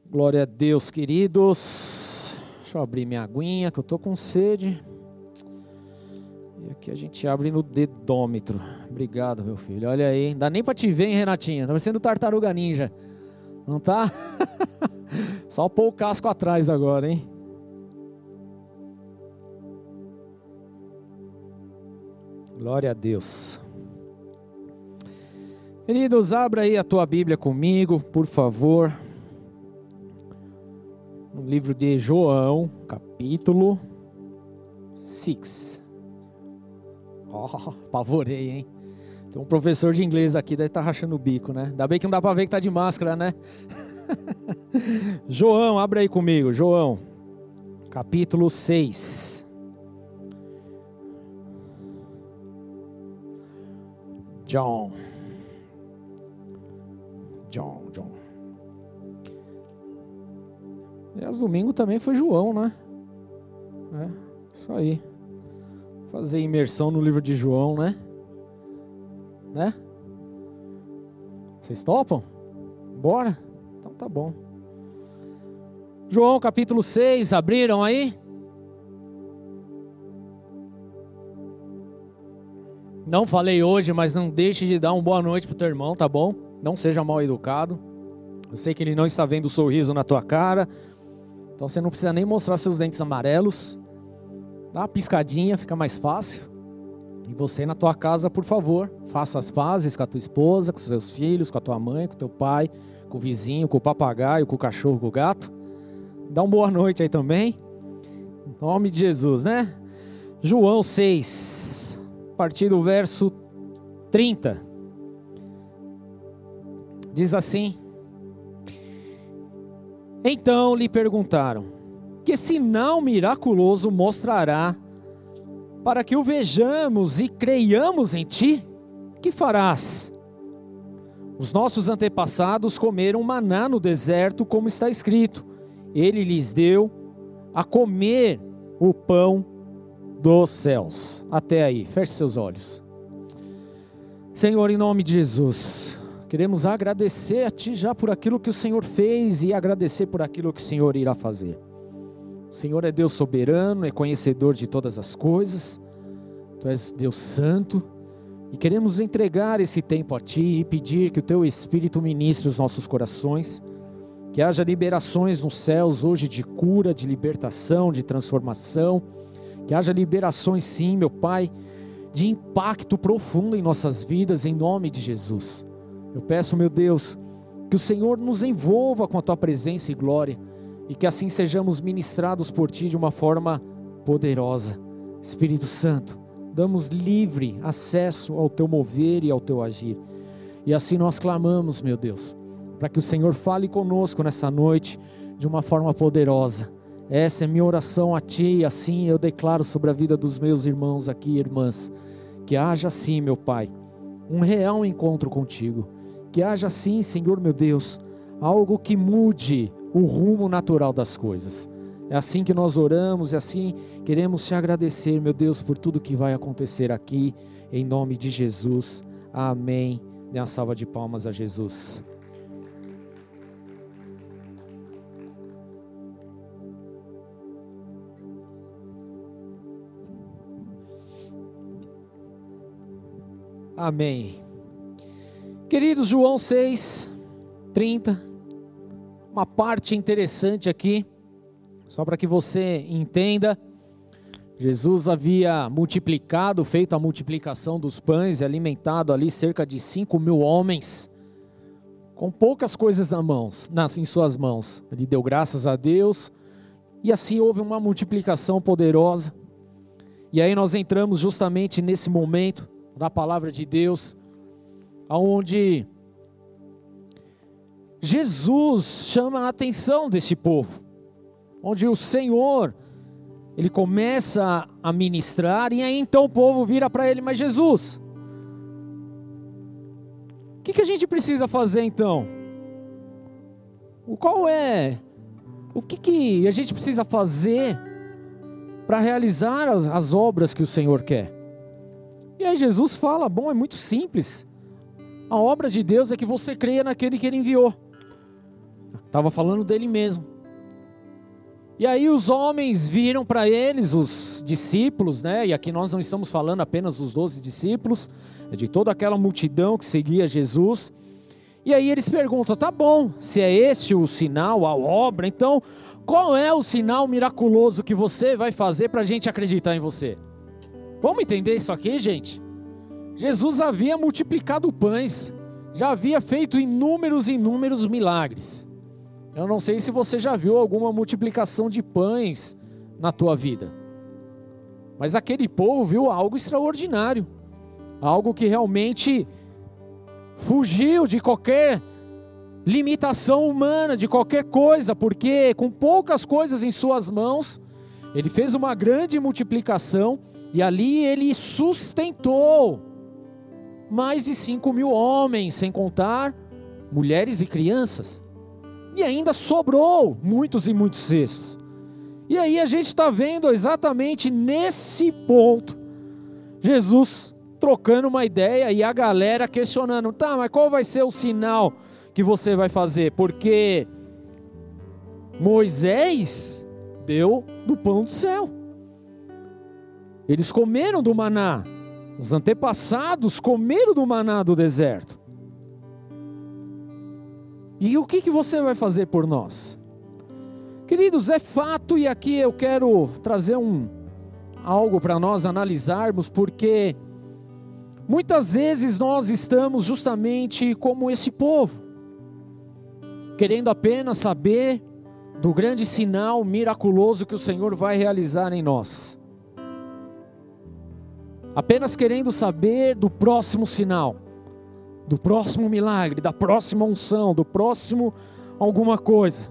Glória a Deus, queridos. Deixa eu abrir minha aguinha, que eu tô com sede. E aqui a gente abre no dedômetro. Obrigado, meu filho. Olha aí, não dá nem pra te ver, hein, Renatinha? Tá parecendo Tartaruga Ninja. Não tá? Só pôr o casco atrás agora, hein? Glória a Deus. Queridos, abra aí a tua Bíblia comigo, por favor. No livro de João, capítulo 6. Apavorei, hein? Tem um professor de inglês aqui, deve estar rachando o bico, né? Ainda bem que não dá para ver que tá de máscara, né? João, abre aí comigo. João, capítulo 6. John. Aliás, domingo também foi João, né? É, isso aí. Fazer imersão no livro de João, né? Né? Vocês topam? Bora? Então tá bom. João capítulo 6, abriram aí? Não falei hoje, mas não deixe de dar uma boa noite pro teu irmão, tá bom? Não seja mal educado. Eu sei que ele não está vendo o sorriso na tua cara. Então você não precisa nem mostrar seus dentes amarelos. Dá uma piscadinha, fica mais fácil. E você na tua casa, por favor, faça as pazes com a tua esposa, com os seus filhos, com a tua mãe, com o teu pai, com o vizinho, com o papagaio, com o cachorro, com o gato. Dá uma boa noite aí também. Em nome de Jesus, né? João 6, a partir do verso 30. Diz assim: Então lhe perguntaram: que sinal miraculoso mostrará para que o vejamos e creiamos em ti? Que farás? Os nossos antepassados comeram maná no deserto, como está escrito. Ele lhes deu a comer o pão dos céus. Até aí, feche seus olhos. Senhor, em nome de Jesus, queremos agradecer a Ti já por aquilo que o Senhor fez e agradecer por aquilo que o Senhor irá fazer. O Senhor é Deus soberano, é conhecedor de todas as coisas. Tu és Deus santo e queremos entregar esse tempo a Ti e pedir que o Teu Espírito ministre os nossos corações, que haja liberações nos céus hoje de cura, de libertação, de transformação, que haja liberações sim, meu Pai, de impacto profundo em nossas vidas, em nome de Jesus. Eu peço, meu Deus, que o Senhor nos envolva com a Tua presença e glória, e que assim sejamos ministrados por Ti de uma forma poderosa. Espírito Santo, damos livre acesso ao Teu mover e ao Teu agir. E assim nós clamamos, meu Deus, para que o Senhor fale conosco nessa noite de uma forma poderosa. Essa é minha oração a Ti, e assim eu declaro sobre a vida dos meus irmãos aqui e irmãs. Que haja assim, meu Pai, um real encontro contigo. Que haja assim, Senhor meu Deus, algo que mude o rumo natural das coisas. É assim que nós oramos, e assim queremos Te agradecer, meu Deus, por tudo que vai acontecer aqui, em nome de Jesus. Amém. Dê uma salva de palmas a Jesus. Amém. Queridos, João 6, 30, uma parte interessante aqui, só para que você entenda. Jesus havia multiplicado, feito a multiplicação dos pães e alimentado ali cerca de 5.000 homens, com poucas coisas em suas mãos. Ele deu graças a Deus, e assim houve uma multiplicação poderosa. E aí nós entramos justamente nesse momento da palavra de Deus, onde Jesus chama a atenção desse povo, onde o Senhor, Ele começa a ministrar, e aí então o povo vira para Ele: mas Jesus, o que a gente precisa fazer então? O que a gente precisa fazer para realizar as obras que o Senhor quer? E aí Jesus fala: bom, é muito simples. A obra de Deus é que você creia naquele que Ele enviou. Estava falando dele mesmo. E aí os homens viram para eles, os discípulos, né? E aqui nós não estamos falando apenas dos 12 discípulos, é de toda aquela multidão que seguia Jesus. E aí eles perguntam, tá bom, se é esse o sinal, a obra, então qual é o sinal miraculoso que você vai fazer para a gente acreditar em você? Vamos entender isso aqui, gente? Jesus havia multiplicado pães, já havia feito inúmeros milagres. Eu não sei se você já viu alguma multiplicação de pães na tua vida. Mas aquele povo viu algo extraordinário. Algo que realmente fugiu de qualquer limitação humana, de qualquer coisa. Porque com poucas coisas em suas mãos, ele fez uma grande multiplicação. E ali ele sustentou mais de 5.000 homens, sem contar mulheres e crianças. E ainda sobrou muitos e muitos cestos. E aí a gente está vendo exatamente nesse ponto, Jesus trocando uma ideia e a galera questionando, tá, mas qual vai ser o sinal que você vai fazer? Porque Moisés deu do pão do céu. Eles comeram do maná. Os antepassados comeram do maná do deserto. E o que você vai fazer por nós? Queridos, é fato, e aqui eu quero trazer algo para nós analisarmos, porque muitas vezes nós estamos justamente como esse povo, querendo apenas saber do grande sinal miraculoso que o Senhor vai realizar em nós. Apenas querendo saber do próximo sinal, do próximo milagre, da próxima unção, do próximo alguma coisa.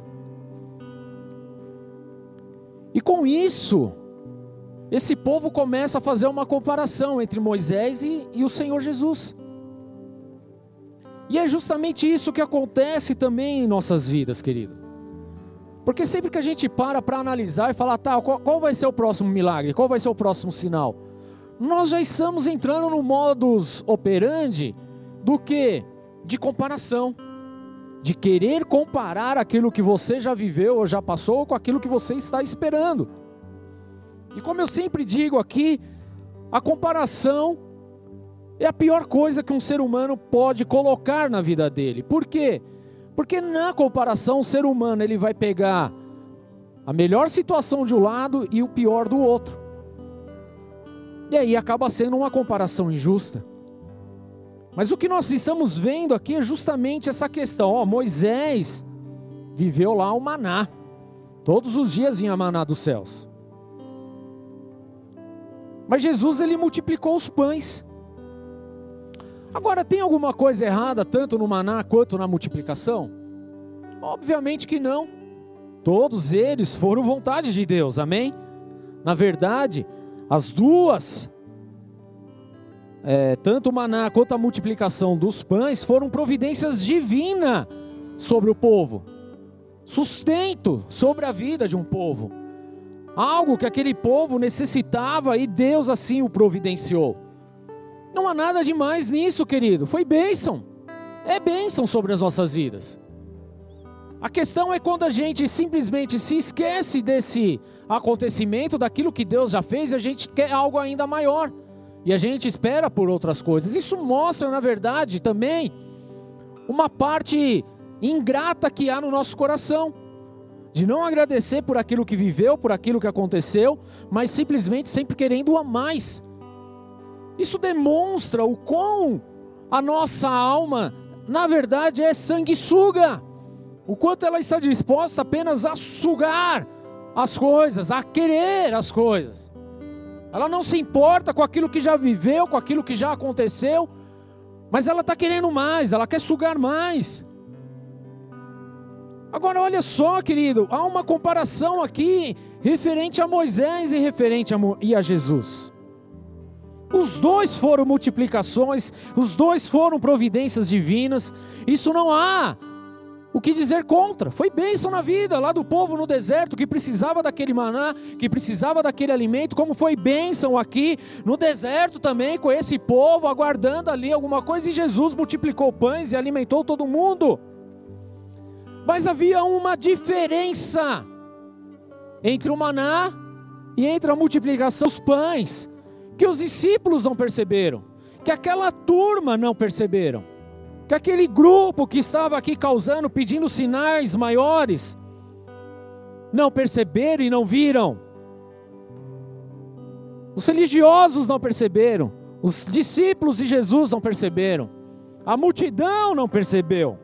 E com isso, esse povo começa a fazer uma comparação entre Moisés e o Senhor Jesus. E é justamente isso que acontece também em nossas vidas, querido. Porque sempre que a gente para analisar e falar, tá, qual vai ser o próximo milagre? Qual vai ser o próximo sinal? Nós já estamos entrando no modus operandi do que? De comparação. De querer comparar aquilo que você já viveu ou já passou com aquilo que você está esperando. E como eu sempre digo aqui, a comparação é a pior coisa que um ser humano pode colocar na vida dele. Por quê? Porque na comparação o ser humano ele vai pegar a melhor situação de um lado e o pior do outro. E aí acaba sendo uma comparação injusta. Mas o que nós estamos vendo aqui é justamente essa questão. Moisés viveu lá o maná. Todos os dias vinha maná dos céus. Mas Jesus ele multiplicou os pães. Agora tem alguma coisa errada tanto no maná quanto na multiplicação? Obviamente que não. Todos eles foram vontade de Deus, amém? Na verdade, as duas, tanto o maná quanto a multiplicação dos pães, foram providências divinas sobre o povo. Sustento sobre a vida de um povo. Algo que aquele povo necessitava e Deus assim o providenciou. Não há nada demais nisso, querido. Foi bênção. É bênção sobre as nossas vidas. A questão é quando a gente simplesmente se esquece desse acontecimento, daquilo que Deus já fez, e a gente quer algo ainda maior. E a gente espera por outras coisas. Isso mostra, na verdade, também uma parte ingrata que há no nosso coração. De não agradecer por aquilo que viveu, por aquilo que aconteceu, mas simplesmente sempre querendo a mais. Isso demonstra o quão a nossa alma, na verdade, é sanguessuga. O quanto ela está disposta apenas a sugar as coisas, a querer as coisas. Ela não se importa com aquilo que já viveu, com aquilo que já aconteceu, mas ela está querendo mais, ela quer sugar mais. Agora olha só, querido, há uma comparação aqui referente a Moisés e referente a Jesus. Os dois foram multiplicações, os dois foram providências divinas. Isso não há o que dizer contra. Foi bênção na vida lá do povo no deserto, que precisava daquele maná, que precisava daquele alimento, como foi bênção aqui no deserto também, com esse povo aguardando ali alguma coisa, e Jesus multiplicou pães e alimentou todo mundo. Mas havia uma diferença entre o maná e entre a multiplicação dos pães, que os discípulos não perceberam, que aquela turma não perceberam, que aquele grupo que estava aqui causando, pedindo sinais maiores, não perceberam e não viram. Os religiosos não perceberam, os discípulos de Jesus não perceberam, a multidão não percebeu.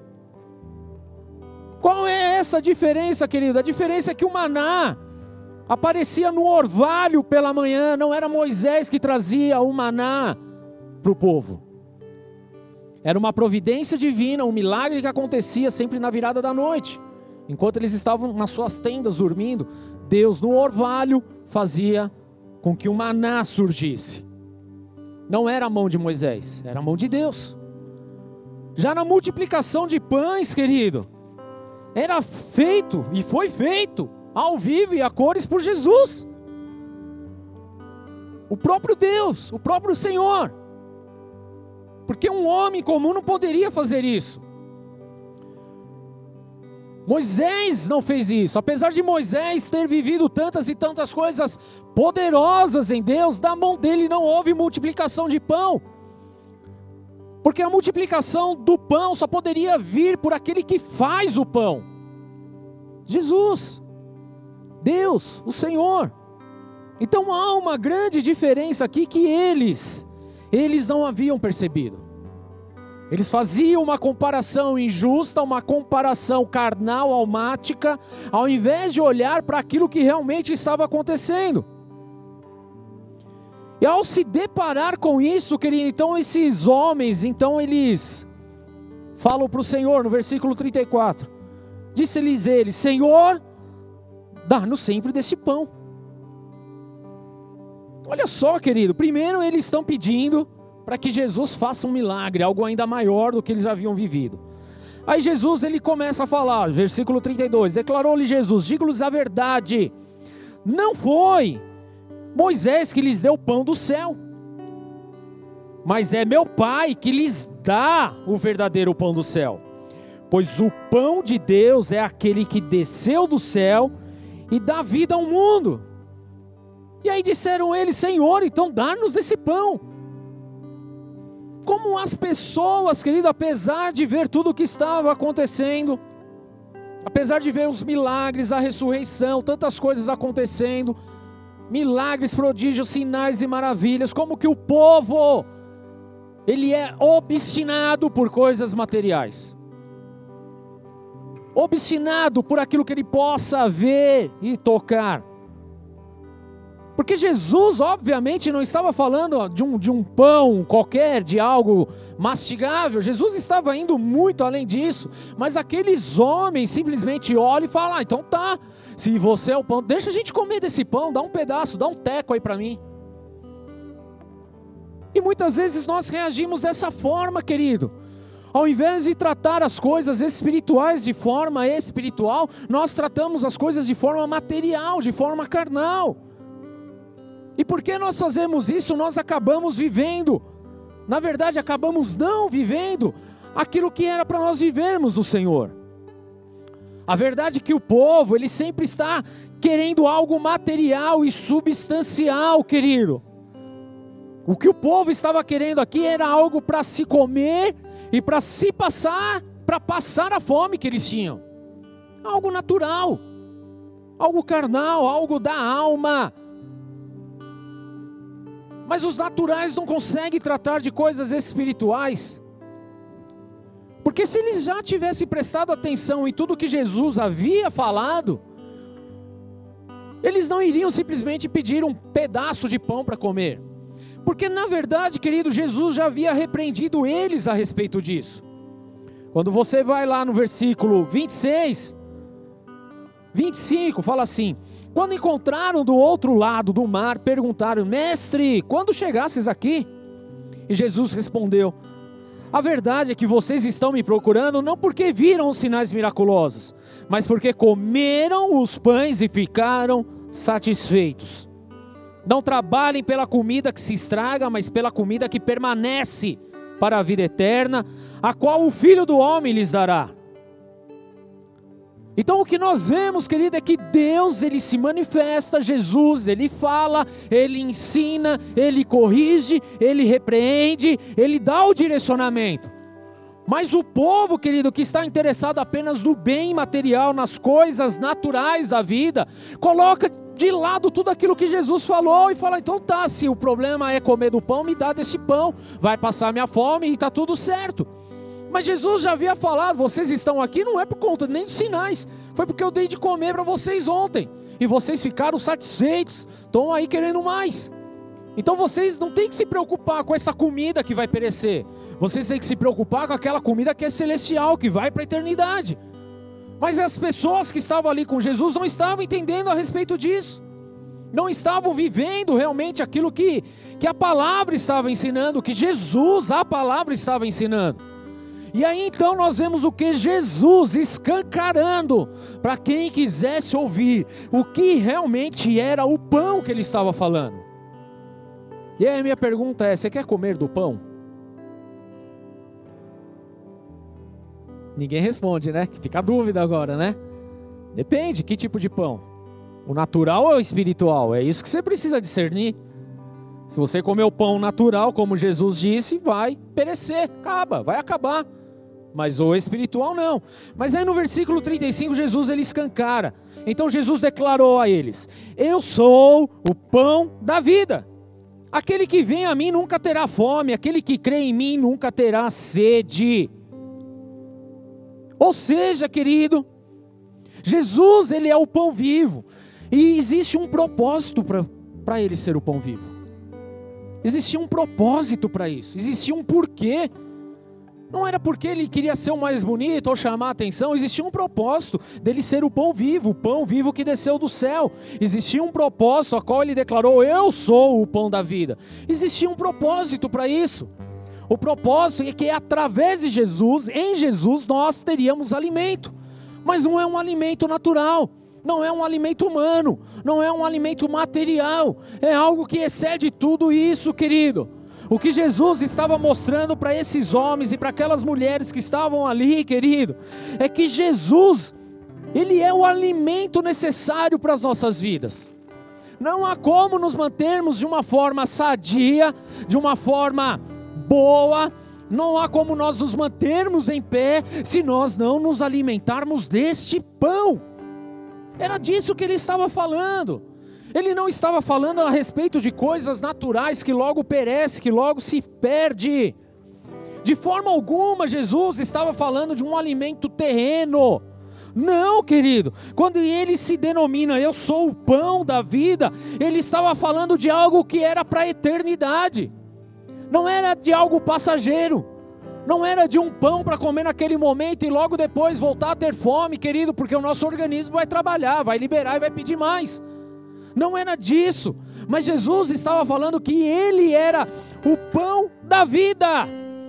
Qual é essa diferença, querido? A diferença é que o maná aparecia no orvalho pela manhã, não era Moisés que trazia o maná para o povo. Era uma providência divina, um milagre que acontecia sempre na virada da noite. Enquanto eles estavam nas suas tendas dormindo, Deus no orvalho fazia com que o maná surgisse. Não era a mão de Moisés, era a mão de Deus. Já na multiplicação de pães, querido, era feito e foi feito ao vivo e a cores por Jesus. O próprio Deus, o próprio Senhor. Porque um homem comum não poderia fazer isso. Moisés não fez isso. Apesar de Moisés ter vivido tantas e tantas coisas poderosas em Deus, da mão dele não houve multiplicação de pão. Porque a multiplicação do pão só poderia vir por aquele que faz o pão. Jesus, Deus, o Senhor. Então há uma grande diferença aqui que eles não haviam percebido. Eles faziam uma comparação injusta, uma comparação carnal, almática, ao invés de olhar para aquilo que realmente estava acontecendo. E ao se deparar com isso, querido, então esses homens, então eles falam para o Senhor, no versículo 34, disse-lhes ele, Senhor, dá-nos sempre desse pão. Olha só, querido, primeiro eles estão pedindo para que Jesus faça um milagre, algo ainda maior do que eles haviam vivido. Aí Jesus, ele começa a falar, versículo 32, declarou-lhe Jesus, digo-lhes a verdade, não foi Moisés que lhes deu o pão do céu, mas é meu Pai que lhes dá o verdadeiro pão do céu. Pois o pão de Deus é aquele que desceu do céu e dá vida ao mundo. E aí disseram eles, Senhor, então dá-nos esse pão. Como as pessoas, querido, apesar de ver tudo o que estava acontecendo, apesar de ver os milagres, a ressurreição, tantas coisas acontecendo, milagres, prodígios, sinais e maravilhas, como que o povo, ele é obstinado por coisas materiais. Obstinado por aquilo que ele possa ver e tocar. Porque Jesus, obviamente, não estava falando de um pão qualquer, de algo mastigável. Jesus estava indo muito além disso. Mas aqueles homens simplesmente olham e falam, então tá, se você é o pão, deixa a gente comer desse pão, dá um pedaço, dá um teco aí para mim. E muitas vezes nós reagimos dessa forma, querido. Ao invés de tratar as coisas espirituais de forma espiritual, nós tratamos as coisas de forma material, de forma carnal. E por que nós fazemos isso? Nós acabamos vivendo, na verdade acabamos não vivendo aquilo que era para nós vivermos do Senhor. A verdade é que o povo, ele sempre está querendo algo material e substancial, querido. O que o povo estava querendo aqui era algo para se comer e para passar a fome que eles tinham. Algo natural, algo carnal, algo da alma. Mas os naturais não conseguem tratar de coisas espirituais. Porque se eles já tivessem prestado atenção em tudo que Jesus havia falado, eles não iriam simplesmente pedir um pedaço de pão para comer. Porque na verdade, querido, Jesus já havia repreendido eles a respeito disso. Quando você vai lá no versículo 26, 25, fala assim: quando encontraram do outro lado do mar, perguntaram: Mestre, quando chegasses aqui? E Jesus respondeu: a verdade é que vocês estão me procurando não porque viram os sinais miraculosos, mas porque comeram os pães e ficaram satisfeitos. Não trabalhem pela comida que se estraga, mas pela comida que permanece para a vida eterna, a qual o Filho do Homem lhes dará. Então o que nós vemos, querido, é que Deus, Ele se manifesta, Jesus, Ele fala, Ele ensina, Ele corrige, Ele repreende, Ele dá o direcionamento. Mas o povo, querido, que está interessado apenas no bem material, nas coisas naturais da vida, coloca de lado tudo aquilo que Jesus falou e fala, então tá, se o problema é comer do pão, me dá desse pão, vai passar minha fome e está tudo certo. Mas Jesus já havia falado, vocês estão aqui não é por conta nem dos sinais, foi porque eu dei de comer para vocês ontem, e vocês ficaram satisfeitos, estão aí querendo mais. Então vocês não têm que se preocupar com essa comida que vai perecer, vocês têm que se preocupar com aquela comida que é celestial, que vai para a eternidade. Mas as pessoas que estavam ali com Jesus não estavam entendendo a respeito disso, não estavam vivendo realmente aquilo que a palavra estava ensinando, que Jesus, a palavra estava ensinando. E aí então nós vemos o que? Jesus escancarando para quem quisesse ouvir o que realmente era o pão que ele estava falando. E aí a minha pergunta é, você quer comer do pão? Ninguém responde, né? Fica a dúvida agora, né? Depende, que tipo de pão? O natural ou o espiritual? É isso que você precisa discernir. Se você comer o pão natural, como Jesus disse, vai perecer, vai acabar. Mas o espiritual não. Mas aí no versículo 35, Jesus ele escancara. Então Jesus declarou a eles, eu sou o pão da vida. Aquele que vem a mim nunca terá fome, aquele que crê em mim nunca terá sede. Ou seja, querido, Jesus ele é o pão vivo. E existe um propósito para ele ser o pão vivo. Existia um propósito para isso, existia um porquê. Não era porque ele queria ser o mais bonito ou chamar a atenção, existia um propósito dele ser o pão vivo que desceu do céu. Existia um propósito a qual ele declarou, eu sou o pão da vida. Existia um propósito para isso. O propósito é que através de Jesus, em Jesus, nós teríamos alimento. Mas não é um alimento natural, não é um alimento humano, não é um alimento material. É algo que excede tudo isso, querido. O que Jesus estava mostrando para esses homens e para aquelas mulheres que estavam ali, querido, é que Jesus, Ele é o alimento necessário para as nossas vidas. Não há como nos mantermos de uma forma sadia, de uma forma boa, não há como nós nos mantermos em pé, se nós não nos alimentarmos deste pão. Era disso que Ele estava falando. Ele não estava falando a respeito de coisas naturais que logo perecem, que logo se perde. De forma alguma Jesus estava falando de um alimento terreno. Não, querido, quando ele se denomina, eu sou o pão da vida, ele estava falando de algo que era para a eternidade. Não era de algo passageiro. Não era de um pão para comer naquele momento e logo depois voltar a ter fome, querido, porque o nosso organismo vai trabalhar, vai liberar e vai pedir mais. Não era disso, mas Jesus estava falando que Ele era o pão da vida.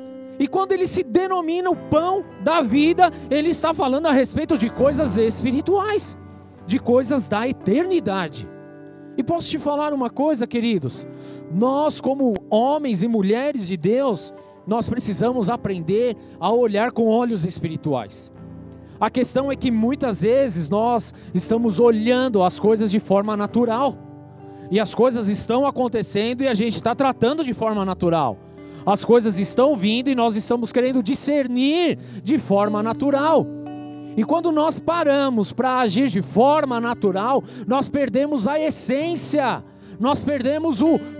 E quando Ele se denomina o pão da vida, Ele está falando a respeito de coisas espirituais, de coisas da eternidade. E posso te falar uma coisa, queridos, nós como homens e mulheres de Deus, nós precisamos aprender a olhar com olhos espirituais. A questão é que muitas vezes nós estamos olhando as coisas de forma natural. E as coisas estão acontecendo e a gente está tratando de forma natural. As coisas estão vindo e nós estamos querendo discernir de forma natural. E quando nós paramos para agir de forma natural, nós perdemos a essência. Nós perdemos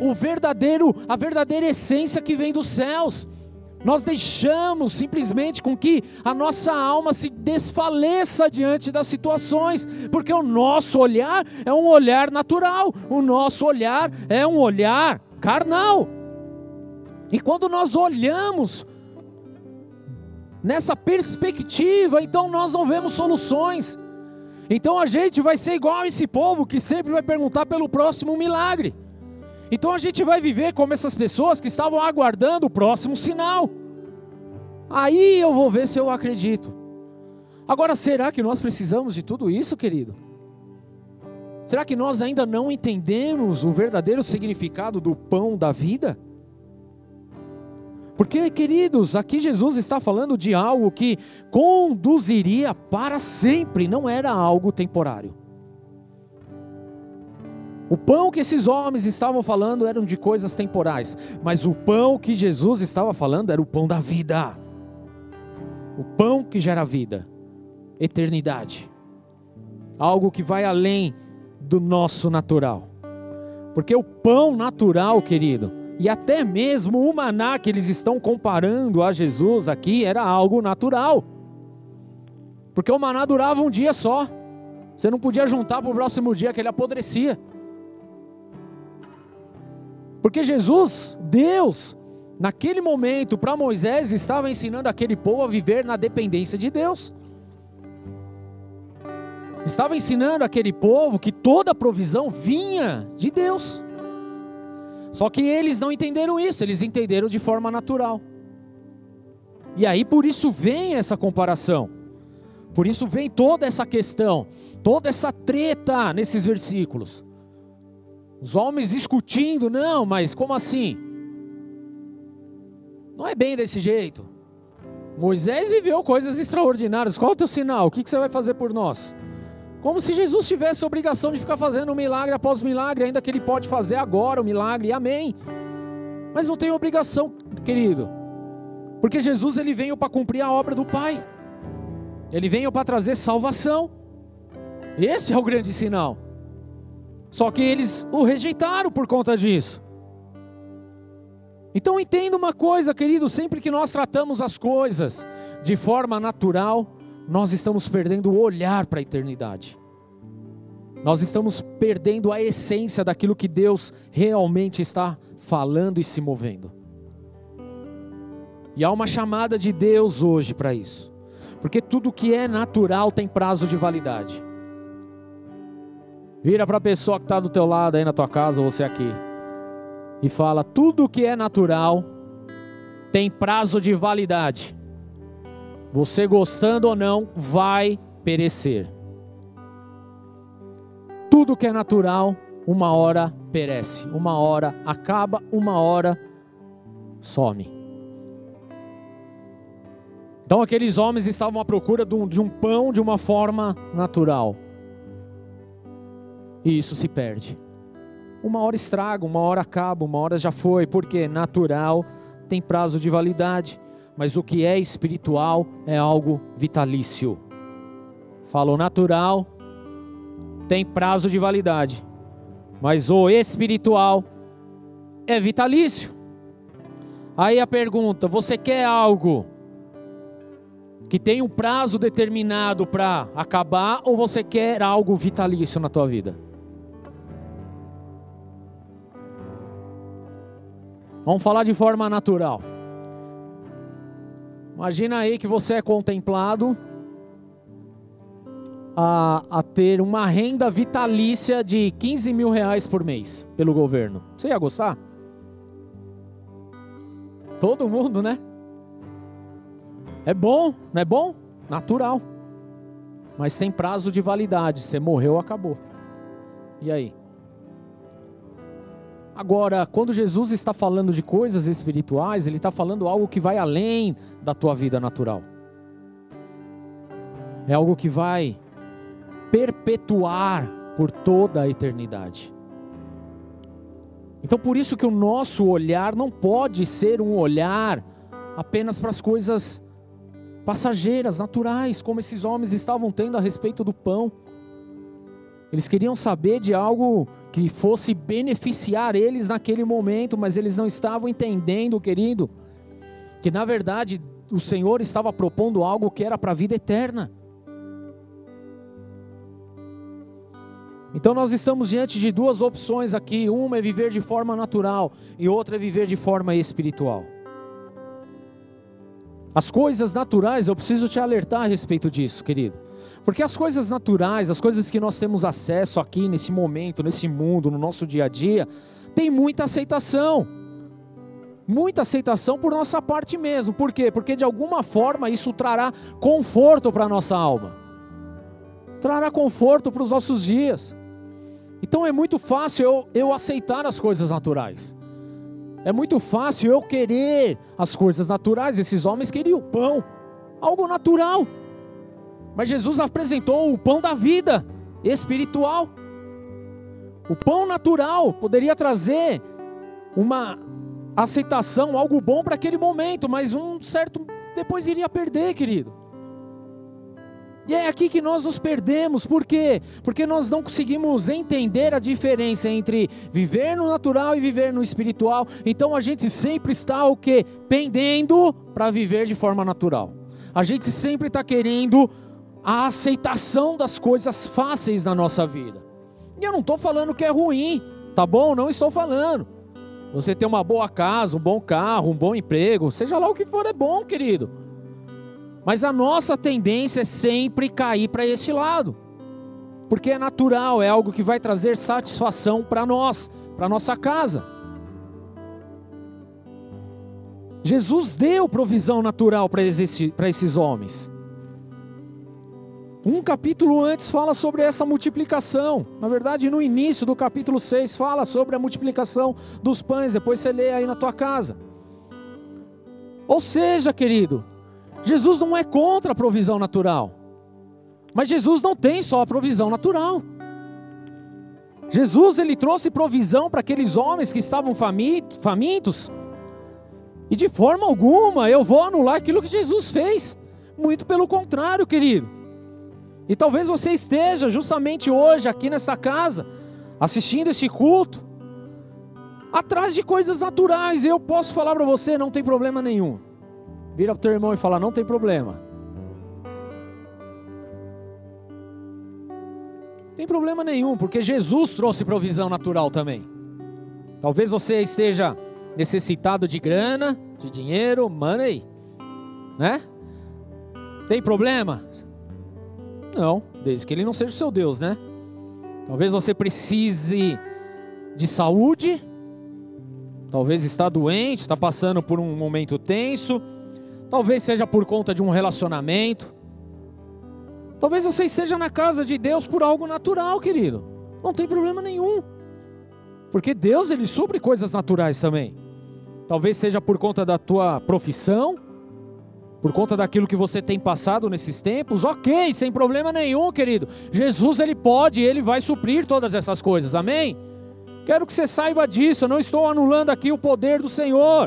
a verdadeira essência que vem dos céus. Nós deixamos simplesmente com que a nossa alma se desfaleça diante das situações, porque o nosso olhar é um olhar natural, o nosso olhar é um olhar carnal. E quando nós olhamos nessa perspectiva, então nós não vemos soluções. Então a gente vai ser igual esse povo que sempre vai perguntar pelo próximo milagre. Então a gente vai viver como essas pessoas que estavam aguardando o próximo sinal. Aí eu vou ver se eu acredito. Agora, será que nós precisamos de tudo isso, querido? Será que nós ainda não entendemos o verdadeiro significado do pão da vida? Porque, queridos, aqui Jesus está falando de algo que conduziria para sempre, não era algo temporário. O pão que esses homens estavam falando eram de coisas temporais, mas o pão que Jesus estava falando era o pão da vida. O pão que gera vida, eternidade. Algo que vai além do nosso natural. Porque o pão natural, querido, e até mesmo o maná que eles estão comparando a Jesus aqui era algo natural. Porque o maná durava um dia só. Você não podia juntar para o próximo dia que ele apodrecia. Porque Jesus, Deus, naquele momento para Moisés estava ensinando aquele povo a viver na dependência de Deus. Estava ensinando aquele povo que toda a provisão vinha de Deus. Só que eles não entenderam isso, eles entenderam de forma natural. E aí por isso vem essa comparação. Por isso vem toda essa questão, toda essa treta nesses versículos. Os homens discutindo, não, mas como assim? Não é bem desse jeito. Moisés viveu coisas extraordinárias, qual é o teu sinal? O que você vai fazer por nós? Como se Jesus tivesse a obrigação de ficar fazendo um milagre após milagre, ainda que ele pode fazer agora o milagre, amém. Mas não tem obrigação, querido. Porque Jesus ele veio para cumprir a obra do Pai. Ele veio para trazer salvação. Esse é o grande sinal. Só que eles o rejeitaram por conta disso. Então entenda uma coisa, querido, sempre que nós tratamos as coisas de forma natural, nós estamos perdendo o olhar para a eternidade. Nós estamos perdendo a essência daquilo que Deus realmente está falando e se movendo. E há uma chamada de Deus hoje para isso. Porque tudo que é natural tem prazo de validade. Vira para a pessoa que está do teu lado aí na tua casa, ou você aqui. E fala, tudo que é natural tem prazo de validade. Você gostando ou não, vai perecer. Tudo que é natural, uma hora perece, uma hora acaba, uma hora some. Então aqueles homens estavam à procura de um pão de uma forma natural. E isso se perde. Uma hora estraga, uma hora acaba, uma hora já foi. Porque natural tem prazo de validade. Mas o que é espiritual é algo vitalício. Falou natural, tem prazo de validade. Mas o espiritual é vitalício. Aí a pergunta, você quer algo que tem um prazo determinado para acabar, ou você quer algo vitalício na tua vida? Vamos falar de forma natural. Imagina aí que você é contemplado a ter uma renda vitalícia de 15 mil reais por mês pelo governo. Você ia gostar? Todo mundo, né? É bom, não é bom? Natural. Mas tem prazo de validade. Você morreu, acabou. E aí? Agora, quando Jesus está falando de coisas espirituais, Ele está falando algo que vai além da tua vida natural. É algo que vai perpetuar por toda a eternidade. Então, por isso que o nosso olhar não pode ser um olhar apenas para as coisas passageiras, naturais, como esses homens estavam tendo a respeito do pão. Eles queriam saber de algo que fosse beneficiar eles naquele momento, mas eles não estavam entendendo, querido, que na verdade o Senhor estava propondo algo que era para a vida eterna. Então nós estamos diante de duas opções aqui, uma é viver de forma natural e outra é viver de forma espiritual. As coisas naturais, eu preciso te alertar a respeito disso, querido. Porque as coisas naturais, as coisas que nós temos acesso aqui nesse momento, nesse mundo, no nosso dia a dia, tem muita aceitação. Muita aceitação por nossa parte mesmo. Por quê? Porque de alguma forma isso trará conforto para a nossa alma. Trará conforto para os nossos dias. Então é muito fácil eu aceitar as coisas naturais. É muito fácil eu querer as coisas naturais. Esses homens queriam o pão, algo natural. Mas Jesus apresentou o pão da vida espiritual. O pão natural poderia trazer uma aceitação, algo bom para aquele momento, mas depois iria perder, querido. E é aqui que nós nos perdemos. Por quê? Porque nós não conseguimos entender a diferença entre viver no natural e viver no espiritual. Então a gente sempre está o quê? Pendendo para viver de forma natural. A gente sempre está querendo a aceitação das coisas fáceis na nossa vida. E eu não estou falando que é ruim, tá bom? Não estou falando. Você ter uma boa casa, um bom carro, um bom emprego, seja lá o que for, é bom, querido. Mas a nossa tendência é sempre cair para esse lado. Porque é natural, é algo que vai trazer satisfação para nós, para nossa casa. Jesus deu provisão natural para esses homens. Um capítulo antes fala sobre essa multiplicação. Na verdade, no início do capítulo 6 fala sobre a multiplicação dos pães. Depois você lê aí na tua casa. Ou seja, querido, Jesus não é contra a provisão natural. Mas Jesus não tem só a provisão natural. Jesus, ele trouxe provisão para aqueles homens que estavam famintos. E de forma alguma eu vou anular aquilo que Jesus fez. Muito pelo contrário, querido. E talvez você esteja justamente hoje aqui nessa casa, assistindo esse culto, atrás de coisas naturais. Eu posso falar para você, não tem problema nenhum. Vira para o teu irmão e fala, não tem problema. Não tem problema nenhum, porque Jesus trouxe provisão natural também. Talvez você esteja necessitado de grana, de dinheiro, money, né? Tem problema? Não, desde que ele não seja o seu Deus, né? Talvez você precise de saúde, talvez está doente, está passando por um momento tenso, talvez seja por conta de um relacionamento, talvez você esteja na casa de Deus por algo natural, querido. Não tem problema nenhum, porque Deus, ele supre coisas naturais também. Talvez seja por conta da tua profissão, por conta daquilo que você tem passado nesses tempos, ok, sem problema nenhum, querido. Jesus, ele pode, ele vai suprir todas essas coisas, amém? Quero que você saiba disso, eu não estou anulando aqui o poder do Senhor.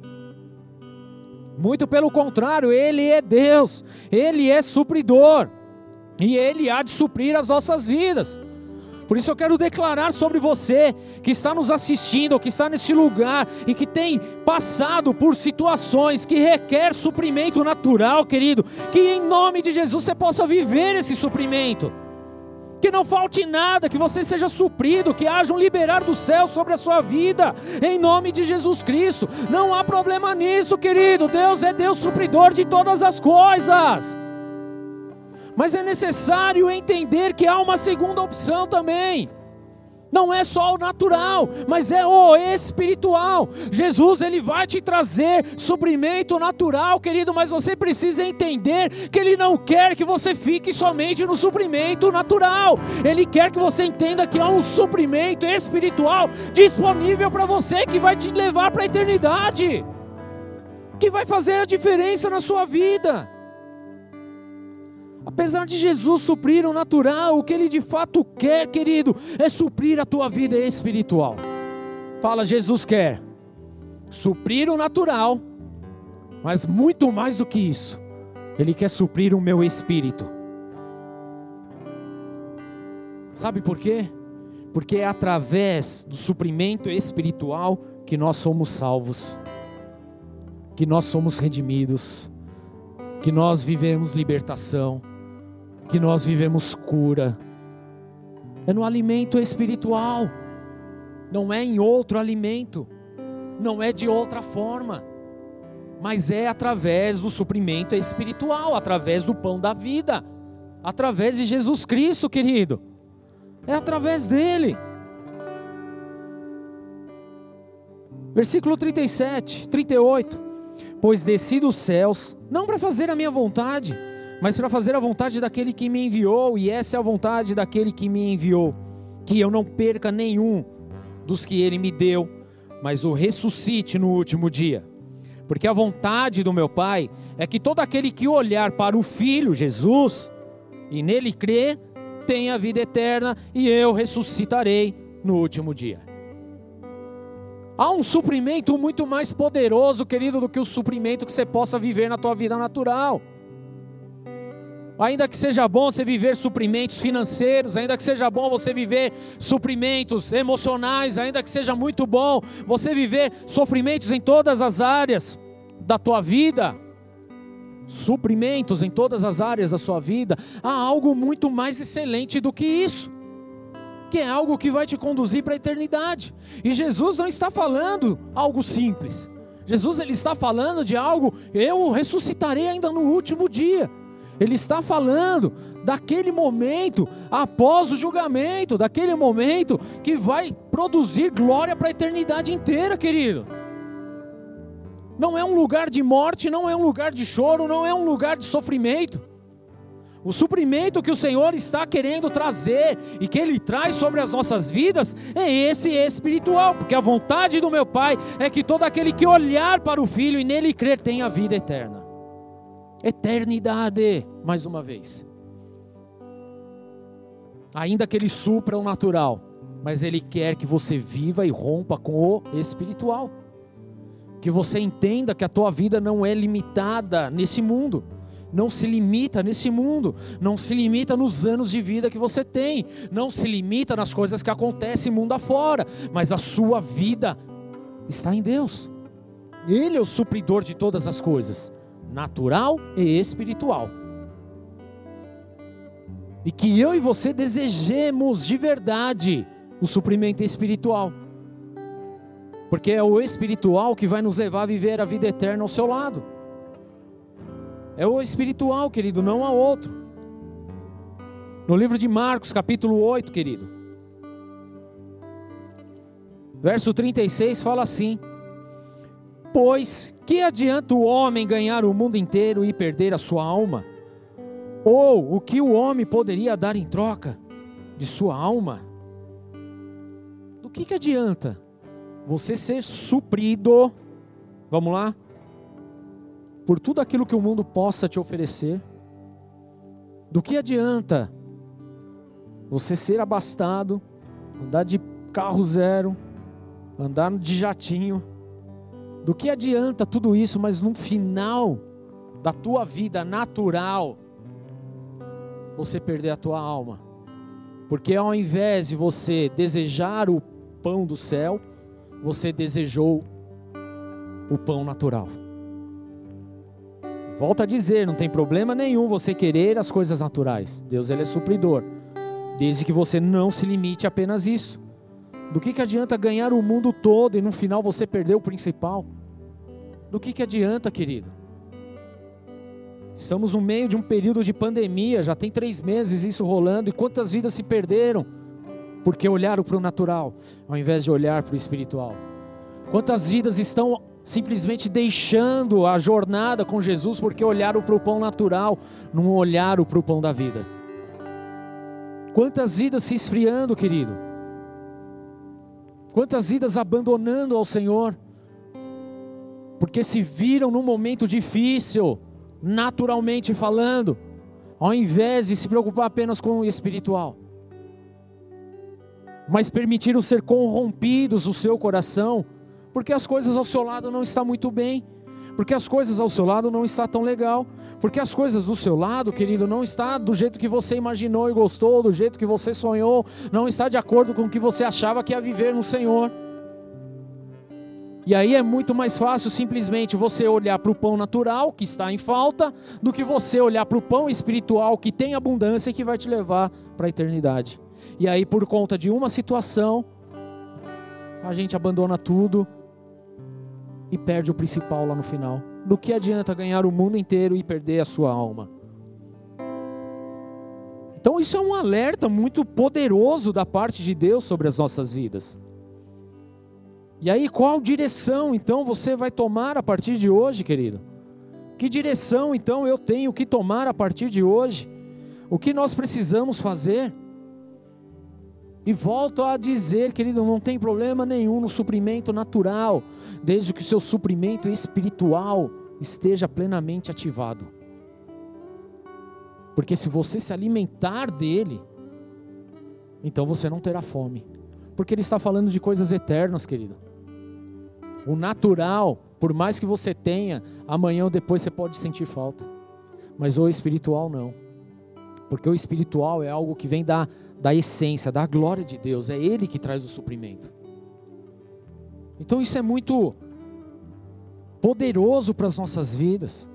Muito pelo contrário, ele é Deus, ele é supridor, e ele há de suprir as nossas vidas. Por isso eu quero declarar sobre você que está nos assistindo, que está neste lugar e que tem passado por situações que requer suprimento natural, querido, que em nome de Jesus você possa viver esse suprimento, que não falte nada, que você seja suprido, que haja um liberar do céu sobre a sua vida, em nome de Jesus Cristo. Não há problema nisso, querido. Deus é Deus supridor de todas as coisas. Mas é necessário entender que há uma segunda opção também. Não é só o natural, mas é o espiritual. Jesus, ele vai te trazer suprimento natural, querido, mas você precisa entender que ele não quer que você fique somente no suprimento natural. Ele quer que você entenda que há um suprimento espiritual disponível para você, que vai te levar para a eternidade, que vai fazer a diferença na sua vida. Apesar de Jesus suprir o natural, o que ele de fato quer, querido, é suprir a tua vida espiritual. Fala, Jesus quer suprir o natural, mas muito mais do que isso, ele quer suprir o meu espírito. Sabe por quê? Porque é através do suprimento espiritual que nós somos salvos, que nós somos redimidos, que nós vivemos libertação, que nós vivemos cura. É no alimento espiritual, não é em outro alimento, não é de outra forma, mas é através do suprimento espiritual, através do pão da vida, através de Jesus Cristo, querido. É através dele. Versículo 37, 38. Pois desci dos céus, não para fazer a minha vontade, mas para fazer a vontade daquele que me enviou, e essa é a vontade daquele que me enviou, que eu não perca nenhum dos que ele me deu, mas o ressuscite no último dia. Porque a vontade do meu Pai é que todo aquele que olhar para o Filho, Jesus, e nele crer, tenha a vida eterna, e eu ressuscitarei no último dia. Há um suprimento muito mais poderoso, querido, do que o suprimento que você possa viver na tua vida natural. Ainda que seja bom você viver suprimentos financeiros, ainda que seja bom você viver suprimentos emocionais, ainda que seja muito bom você viver sofrimentos em todas as áreas da tua vida, suprimentos em todas as áreas da sua vida, há algo muito mais excelente do que isso, que é algo que vai te conduzir para a eternidade. E Jesus não está falando algo simples. Jesus, ele está falando de algo, eu ressuscitarei ainda no último dia. Ele está falando daquele momento após o julgamento, daquele momento que vai produzir glória para a eternidade inteira, querido. Não é um lugar de morte, não é um lugar de choro, não é um lugar de sofrimento. O suprimento que o Senhor está querendo trazer e que Ele traz sobre as nossas vidas é esse espiritual, porque a vontade do meu Pai é que todo aquele que olhar para o Filho e nele crer tenha a vida eterna. Eternidade, mais uma vez. Ainda que Ele supra o natural, mas Ele quer que você viva e rompa com o espiritual. Que você entenda que a tua vida não é limitada nesse mundo. Não se limita nesse mundo, não se limita nos anos de vida que você tem, não se limita nas coisas que acontecem mundo afora, mas a sua vida está em Deus. Ele é o supridor de todas as coisas, natural e espiritual. E que eu e você desejemos de verdade o suprimento espiritual, porque é o espiritual que vai nos levar a viver a vida eterna ao seu lado. É o espiritual, querido, não há outro. No livro de Marcos, capítulo 8, querido, verso 36 fala assim: pois que adianta o homem ganhar o mundo inteiro e perder a sua alma? Ou o que o homem poderia dar em troca de sua alma? Do que adianta você ser suprido, vamos lá, por tudo aquilo que o mundo possa te oferecer? Do que adianta você ser abastado, andar de carro zero, andar de jatinho? Do que adianta tudo isso, mas no final da tua vida natural, você perder a tua alma? Porque ao invés de você desejar o pão do céu, você desejou o pão natural. Volto a dizer, não tem problema nenhum você querer as coisas naturais. Deus, ele é supridor, desde que você não se limite a apenas isso. Do que adianta ganhar o mundo todo e no final você perder o principal? Do que adianta, querido? Estamos no meio de um período de pandemia, já tem 3 meses isso rolando, e quantas vidas se perderam porque olharam para o natural, ao invés de olhar para o espiritual? Quantas vidas estão simplesmente deixando a jornada com Jesus porque olharam para o pão natural, não olharam para o pão da vida? Quantas vidas se esfriando, querido? Quantas vidas abandonando ao Senhor porque se viram num momento difícil, naturalmente falando, ao invés de se preocupar apenas com o espiritual, mas permitiram ser corrompidos o seu coração, porque as coisas ao seu lado não estão muito bem, porque as coisas ao seu lado não estão tão legal, porque as coisas do seu lado, querido, não está do jeito que você imaginou e gostou, do jeito que você sonhou, não está de acordo com o que você achava que ia viver no Senhor. E aí é muito mais fácil simplesmente você olhar para o pão natural que está em falta, do que você olhar para o pão espiritual que tem abundância e que vai te levar para a eternidade. E aí, por conta de uma situação, a gente abandona tudo e perde o principal lá no final. Do que adianta ganhar o mundo inteiro e perder a sua alma? Então isso é um alerta muito poderoso da parte de Deus sobre as nossas vidas. E aí, qual direção então você vai tomar a partir de hoje, querido? Que direção então eu tenho que tomar a partir de hoje? O que nós precisamos fazer? E volto a dizer, querido, não tem problema nenhum no suprimento natural, desde que o seu suprimento espiritual esteja plenamente ativado. Porque se você se alimentar dele, então você não terá fome. Porque ele está falando de coisas eternas, querido. O natural, por mais que você tenha, amanhã ou depois você pode sentir falta. Mas o espiritual não. Porque o espiritual é algo que vem da essência, da glória de Deus. É Ele que traz o suprimento. Então isso é muito poderoso para as nossas vidas.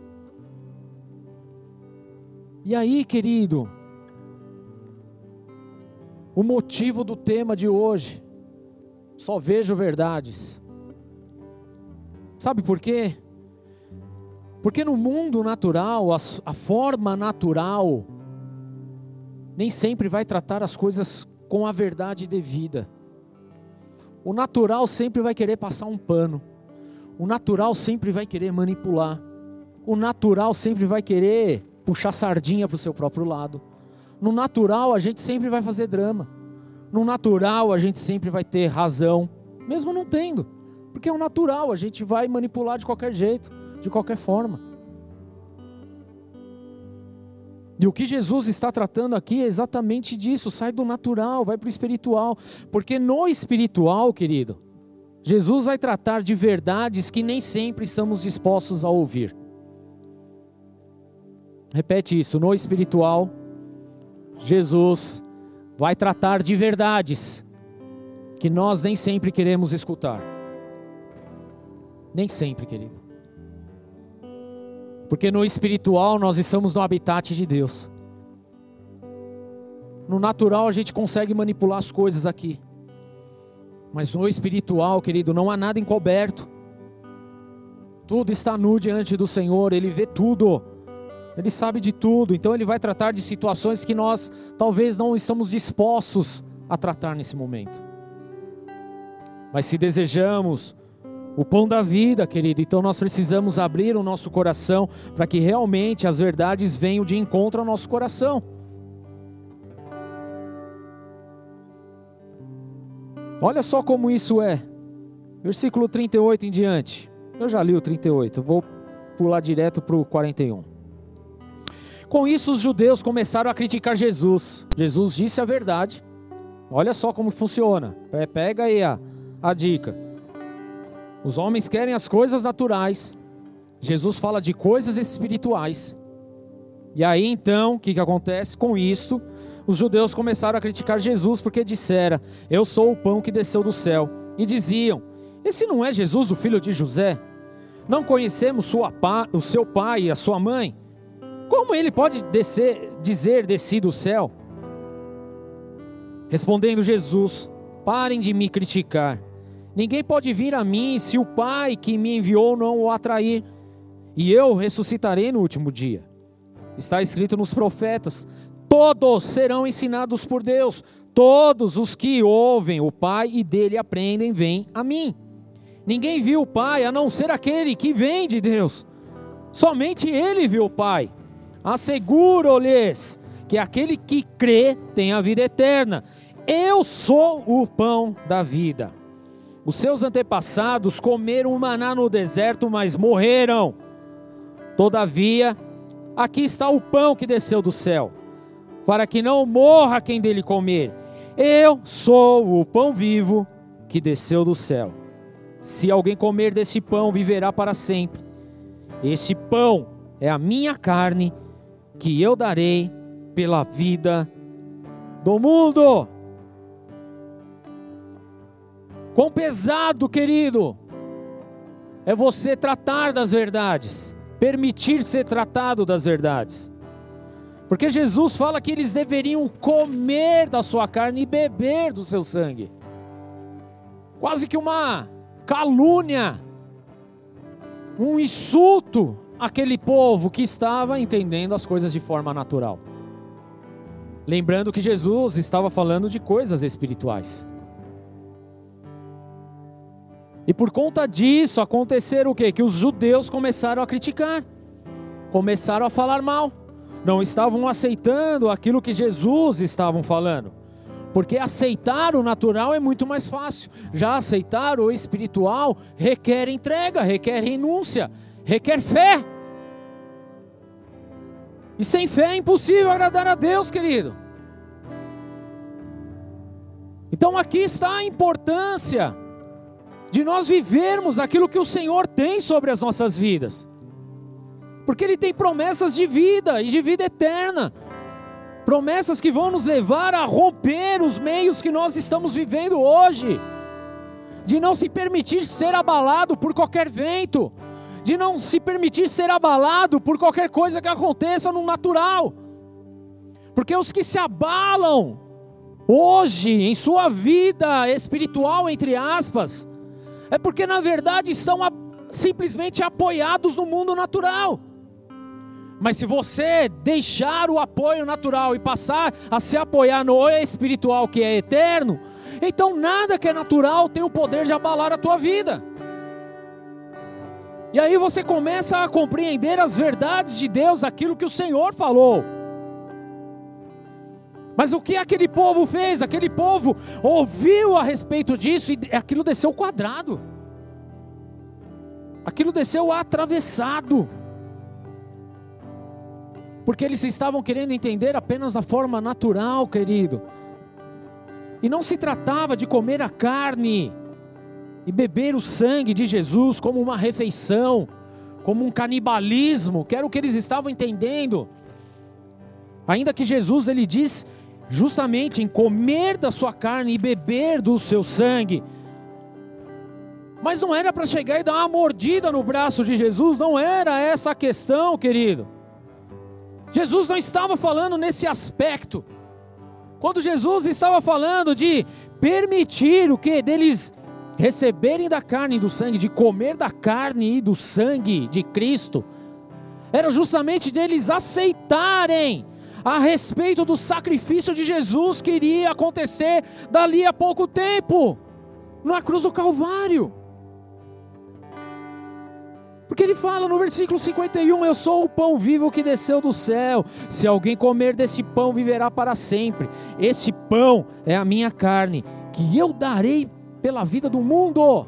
E aí, querido, o motivo do tema de hoje, só vejo verdades. Sabe por quê? Porque no mundo natural, a forma natural nem sempre vai tratar as coisas com a verdade devida. O natural sempre vai querer passar um pano. O natural sempre vai querer manipular. O natural sempre vai querer puxar sardinha para o seu próprio lado. No natural a gente sempre vai fazer drama. No natural a gente sempre vai ter razão, mesmo não tendo. Porque é o natural, a gente vai manipular de qualquer jeito, de qualquer forma. E o que Jesus está tratando aqui é exatamente disso, sai do natural, vai para o espiritual. Porque no espiritual, querido, Jesus vai tratar de verdades que nem sempre estamos dispostos a ouvir. Repete isso, no espiritual, Jesus vai tratar de verdades que nós nem sempre queremos escutar. Nem sempre, querido. Porque no espiritual nós estamos no habitat de Deus. No natural a gente consegue manipular as coisas aqui. Mas no espiritual, querido, não há nada encoberto. Tudo está nu diante do Senhor, Ele vê tudo. Ele sabe de tudo, então Ele vai tratar de situações que nós talvez não estamos dispostos a tratar nesse momento. Mas se desejamos o pão da vida, querido, então nós precisamos abrir o nosso coração para que realmente as verdades venham de encontro ao nosso coração. Olha só como isso é. Versículo 38 em diante. Eu já li o 38, eu vou pular direto para o 41. Com isso os judeus começaram a criticar Jesus. Jesus disse a verdade. Olha só como funciona. Pega aí a dica. Os homens querem as coisas naturais. Jesus fala de coisas espirituais. E aí então, o que acontece com isto? Os judeus começaram a criticar Jesus porque disseram: eu sou o pão que desceu do céu. E diziam: esse não é Jesus, o filho de José? Não conhecemos o seu pai e a sua mãe? Como ele pode dizer desci do céu? Respondendo Jesus: parem de me criticar. Ninguém pode vir a mim se o Pai que me enviou não o atrair. E eu ressuscitarei no último dia. Está escrito nos profetas: todos serão ensinados por Deus. Todos os que ouvem o Pai e dele aprendem, vêm a mim. Ninguém viu o Pai a não ser aquele que vem de Deus. Somente ele viu o Pai. Asseguro-lhes que aquele que crê tem a vida eterna. Eu sou o pão da vida. Os seus antepassados comeram o maná no deserto, mas morreram. Todavia, aqui está o pão que desceu do céu, para que não morra quem dele comer. Eu sou o pão vivo que desceu do céu. Se alguém comer desse pão, viverá para sempre. Esse pão é a minha carne, que eu darei pela vida do mundo. Quão pesado, querido, é você tratar das verdades, permitir ser tratado das verdades. Porque Jesus fala que eles deveriam comer da sua carne e beber do seu sangue. Quase que uma calúnia, um insulto àquele povo que estava entendendo as coisas de forma natural. Lembrando que Jesus estava falando de coisas espirituais. E por conta disso aconteceram o quê? Que os judeus começaram a criticar, começaram a falar mal, não estavam aceitando aquilo que Jesus estava falando. Porque aceitar o natural é muito mais fácil. Já aceitar o espiritual requer entrega, requer renúncia, requer fé. E sem fé é impossível agradar a Deus, querido. Então aqui está a importância de nós vivermos aquilo que o Senhor tem sobre as nossas vidas. Porque Ele tem promessas de vida e de vida eterna. Promessas que vão nos levar a romper os meios que nós estamos vivendo hoje. De não se permitir ser abalado por qualquer vento. De não se permitir ser abalado por qualquer coisa que aconteça no natural. Porque os que se abalam hoje em sua vida espiritual, entre aspas, é porque na verdade estão simplesmente apoiados no mundo natural. Mas se você deixar o apoio natural e passar a se apoiar no espiritual que é eterno, então nada que é natural tem o poder de abalar a tua vida. E aí você começa a compreender as verdades de Deus, aquilo que o Senhor falou. Mas o que aquele povo fez? Aquele povo ouviu a respeito disso e aquilo desceu quadrado. Aquilo desceu atravessado. Porque eles estavam querendo entender apenas da forma natural, querido. E não se tratava de comer a carne e beber o sangue de Jesus como uma refeição, como um canibalismo, que era o que eles estavam entendendo. Ainda que Jesus, ele diz justamente em comer da sua carne e beber do seu sangue. Mas não era para chegar e dar uma mordida no braço de Jesus, não era essa a questão, querido. Jesus não estava falando nesse aspecto. Quando Jesus estava falando de permitir o que? Deles receberem da carne e do sangue, de comer da carne e do sangue de Cristo, era justamente deles aceitarem a respeito do sacrifício de Jesus que iria acontecer dali a pouco tempo, na cruz do Calvário. Porque ele fala no versículo 51, eu sou o pão vivo que desceu do céu, se alguém comer desse pão viverá para sempre, esse pão é a minha carne, que eu darei pela vida do mundo.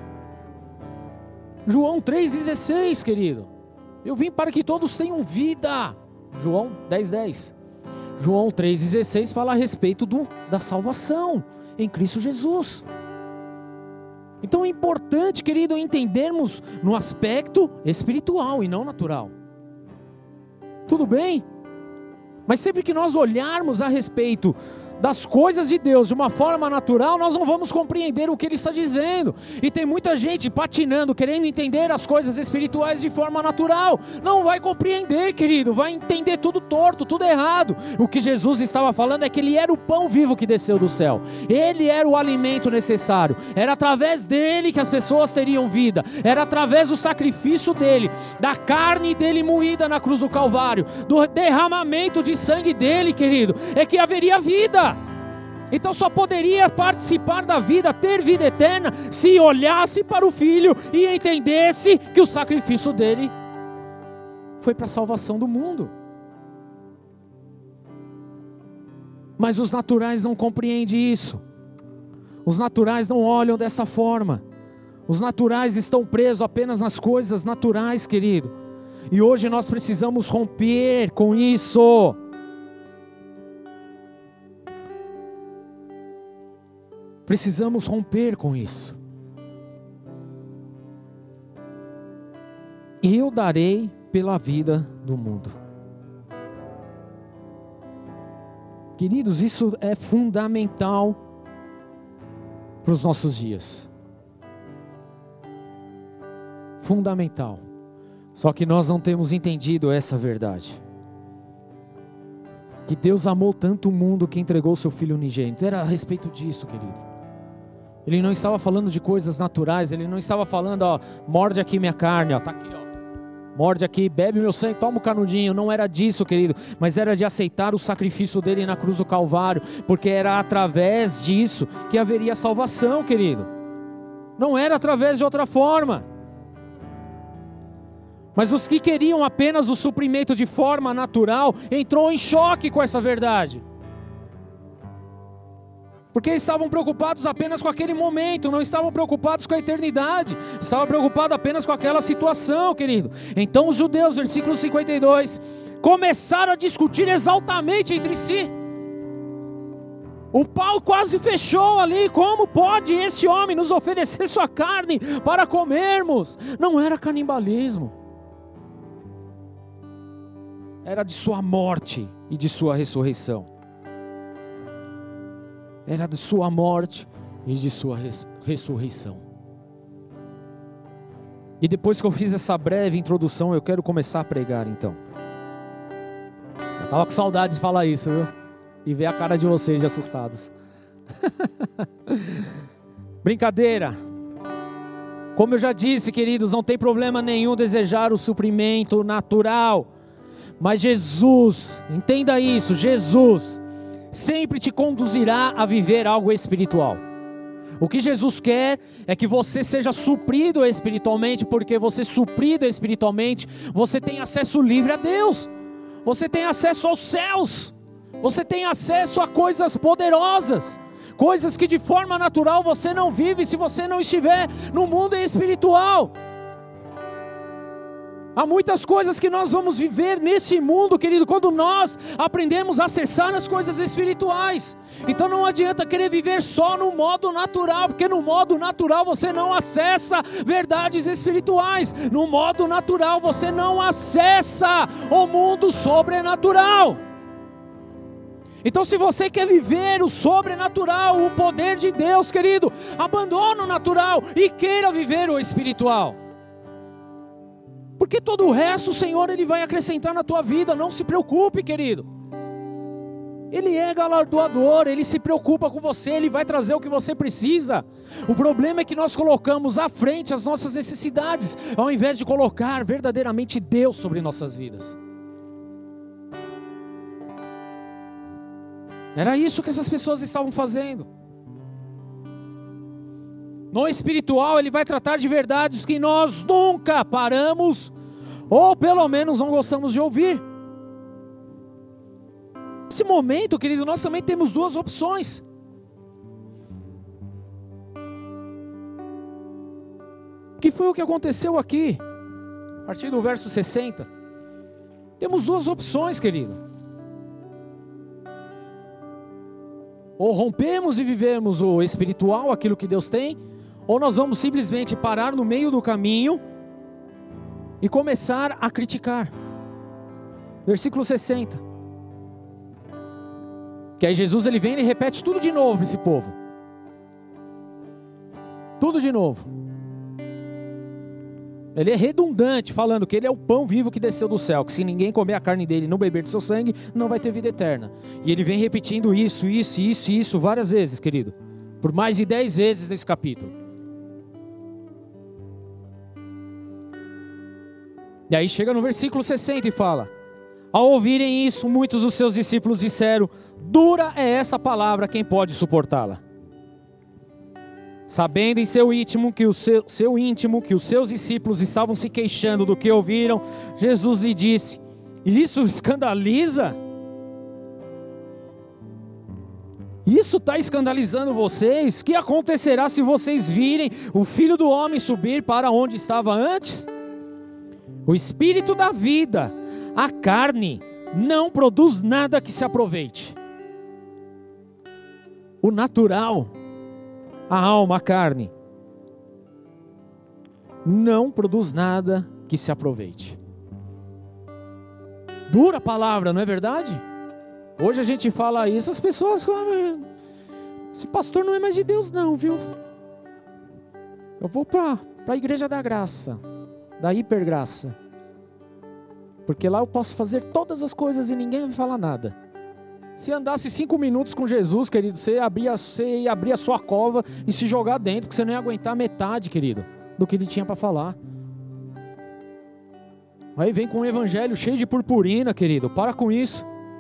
João 3,16, querido, eu vim para que todos tenham vida. João 10,10. João 3,16 fala a respeito da salvação em Cristo Jesus. Então é importante, querido, entendermos no aspecto espiritual e não natural. Tudo bem? Mas sempre que nós olharmos a respeito das coisas de Deus de uma forma natural, nós não vamos compreender o que Ele está dizendo. E tem muita gente patinando, querendo entender as coisas espirituais de forma natural. Não vai compreender, querido, vai entender tudo torto, tudo errado. O que Jesus estava falando é que Ele era o pão vivo que desceu do céu. Ele era o alimento necessário. Era através dele que as pessoas teriam vida. Era através do sacrifício dele, da carne dele moída na cruz do Calvário, do derramamento de sangue dele, querido, é que haveria vida. Então só poderia participar da vida, ter vida eterna, se olhasse para o Filho e entendesse que o sacrifício dele foi para a salvação do mundo. Mas os naturais não compreendem isso. Os naturais não olham dessa forma. Os naturais estão presos apenas nas coisas naturais, querido. E hoje nós precisamos romper com isso. Precisamos romper com isso. Eu darei pela vida do mundo. Queridos, isso é fundamental para os nossos dias. Fundamental. Só que nós não temos entendido essa verdade. Que Deus amou tanto o mundo que entregou o seu Filho unigênito. Era a respeito disso, querido. Ele não estava falando de coisas naturais. Ele não estava falando, ó, morde aqui minha carne, ó, tá aqui, ó. Morde aqui, bebe meu sangue, toma um canudinho. Não era disso, querido. Mas era de aceitar o sacrifício dele na cruz do Calvário. Porque era através disso que haveria salvação, querido. Não era através de outra forma. Mas os que queriam apenas o suprimento de forma natural, entrou em choque com essa verdade. Porque estavam preocupados apenas com aquele momento, não estavam preocupados com a eternidade, estavam preocupados apenas com aquela situação, querido. Então os judeus, versículo 52, começaram a discutir exaltamente entre si. O pau quase fechou ali. Como pode este homem nos oferecer sua carne para comermos? Não era canibalismo, era de sua morte e de sua ressurreição. Era de sua morte e de sua ressurreição. E depois que eu fiz essa breve introdução, eu quero começar a pregar então. Eu estava com saudade de falar isso, viu? E ver a cara de vocês de assustados. Brincadeira. Como eu já disse, queridos, não tem problema nenhum desejar o suprimento natural. Mas Jesus, entenda isso, Jesus sempre te conduzirá a viver algo espiritual. O que Jesus quer é que você seja suprido espiritualmente, porque você suprido espiritualmente, você tem acesso livre a Deus, você tem acesso aos céus, você tem acesso a coisas poderosas, coisas que de forma natural você não vive se você não estiver no mundo espiritual. Há muitas coisas que nós vamos viver nesse mundo, querido, quando nós aprendemos a acessar as coisas espirituais. Então não adianta querer viver só no modo natural, porque no modo natural você não acessa verdades espirituais. No modo natural você não acessa o mundo sobrenatural. Então se você quer viver o sobrenatural, o poder de Deus, querido, abandone o natural e queira viver o espiritual. Porque todo o resto o Senhor Ele vai acrescentar na tua vida, não se preocupe, querido. Ele é galardoador, Ele se preocupa com você, Ele vai trazer o que você precisa. O problema é que nós colocamos à frente as nossas necessidades, ao invés de colocar verdadeiramente Deus sobre nossas vidas. Era isso que essas pessoas estavam fazendo. No espiritual Ele vai tratar de verdades que nós nunca paramos, ou pelo menos não gostamos de ouvir. Nesse momento, querido, nós também temos duas opções. Que foi o que aconteceu aqui, a partir do verso 60. Temos duas opções, querido. Ou rompemos e vivemos o espiritual, aquilo que Deus tem, ou nós vamos simplesmente parar no meio do caminho e começar a criticar. Versículo 60. Que aí Jesus ele vem e repete tudo de novo para esse povo. Tudo de novo. Ele é redundante, falando que ele é o pão vivo que desceu do céu, que se ninguém comer a carne dele e não beber do seu sangue, não vai ter vida eterna. E ele vem repetindo isso várias vezes, querido. Por mais de 10 vezes nesse capítulo. E aí chega no versículo 60 e fala: ao ouvirem isso, muitos dos seus discípulos disseram: dura é essa palavra, quem pode suportá-la? Sabendo em seu íntimo que os seus discípulos estavam se queixando do que ouviram, Jesus lhe disse: isso escandaliza? Isso está escandalizando vocês? Que acontecerá se vocês virem o Filho do Homem subir para onde estava antes? O Espírito da vida, a carne, não produz nada que se aproveite. O natural, a alma, a carne, não produz nada que se aproveite. Dura palavra, não é verdade? Hoje a gente fala isso, as pessoas falam: esse pastor não é mais de Deus não, viu? Eu vou para a igreja da graça, da hipergraça, porque lá eu posso fazer todas as coisas e ninguém vai falar nada. Se andasse 5 minutos com Jesus, querido, você ia abrir a sua cova e se jogar dentro, que você não ia aguentar metade, querido, do que ele tinha para falar. Aí vem com um evangelho cheio de purpurina, querido, para com isso.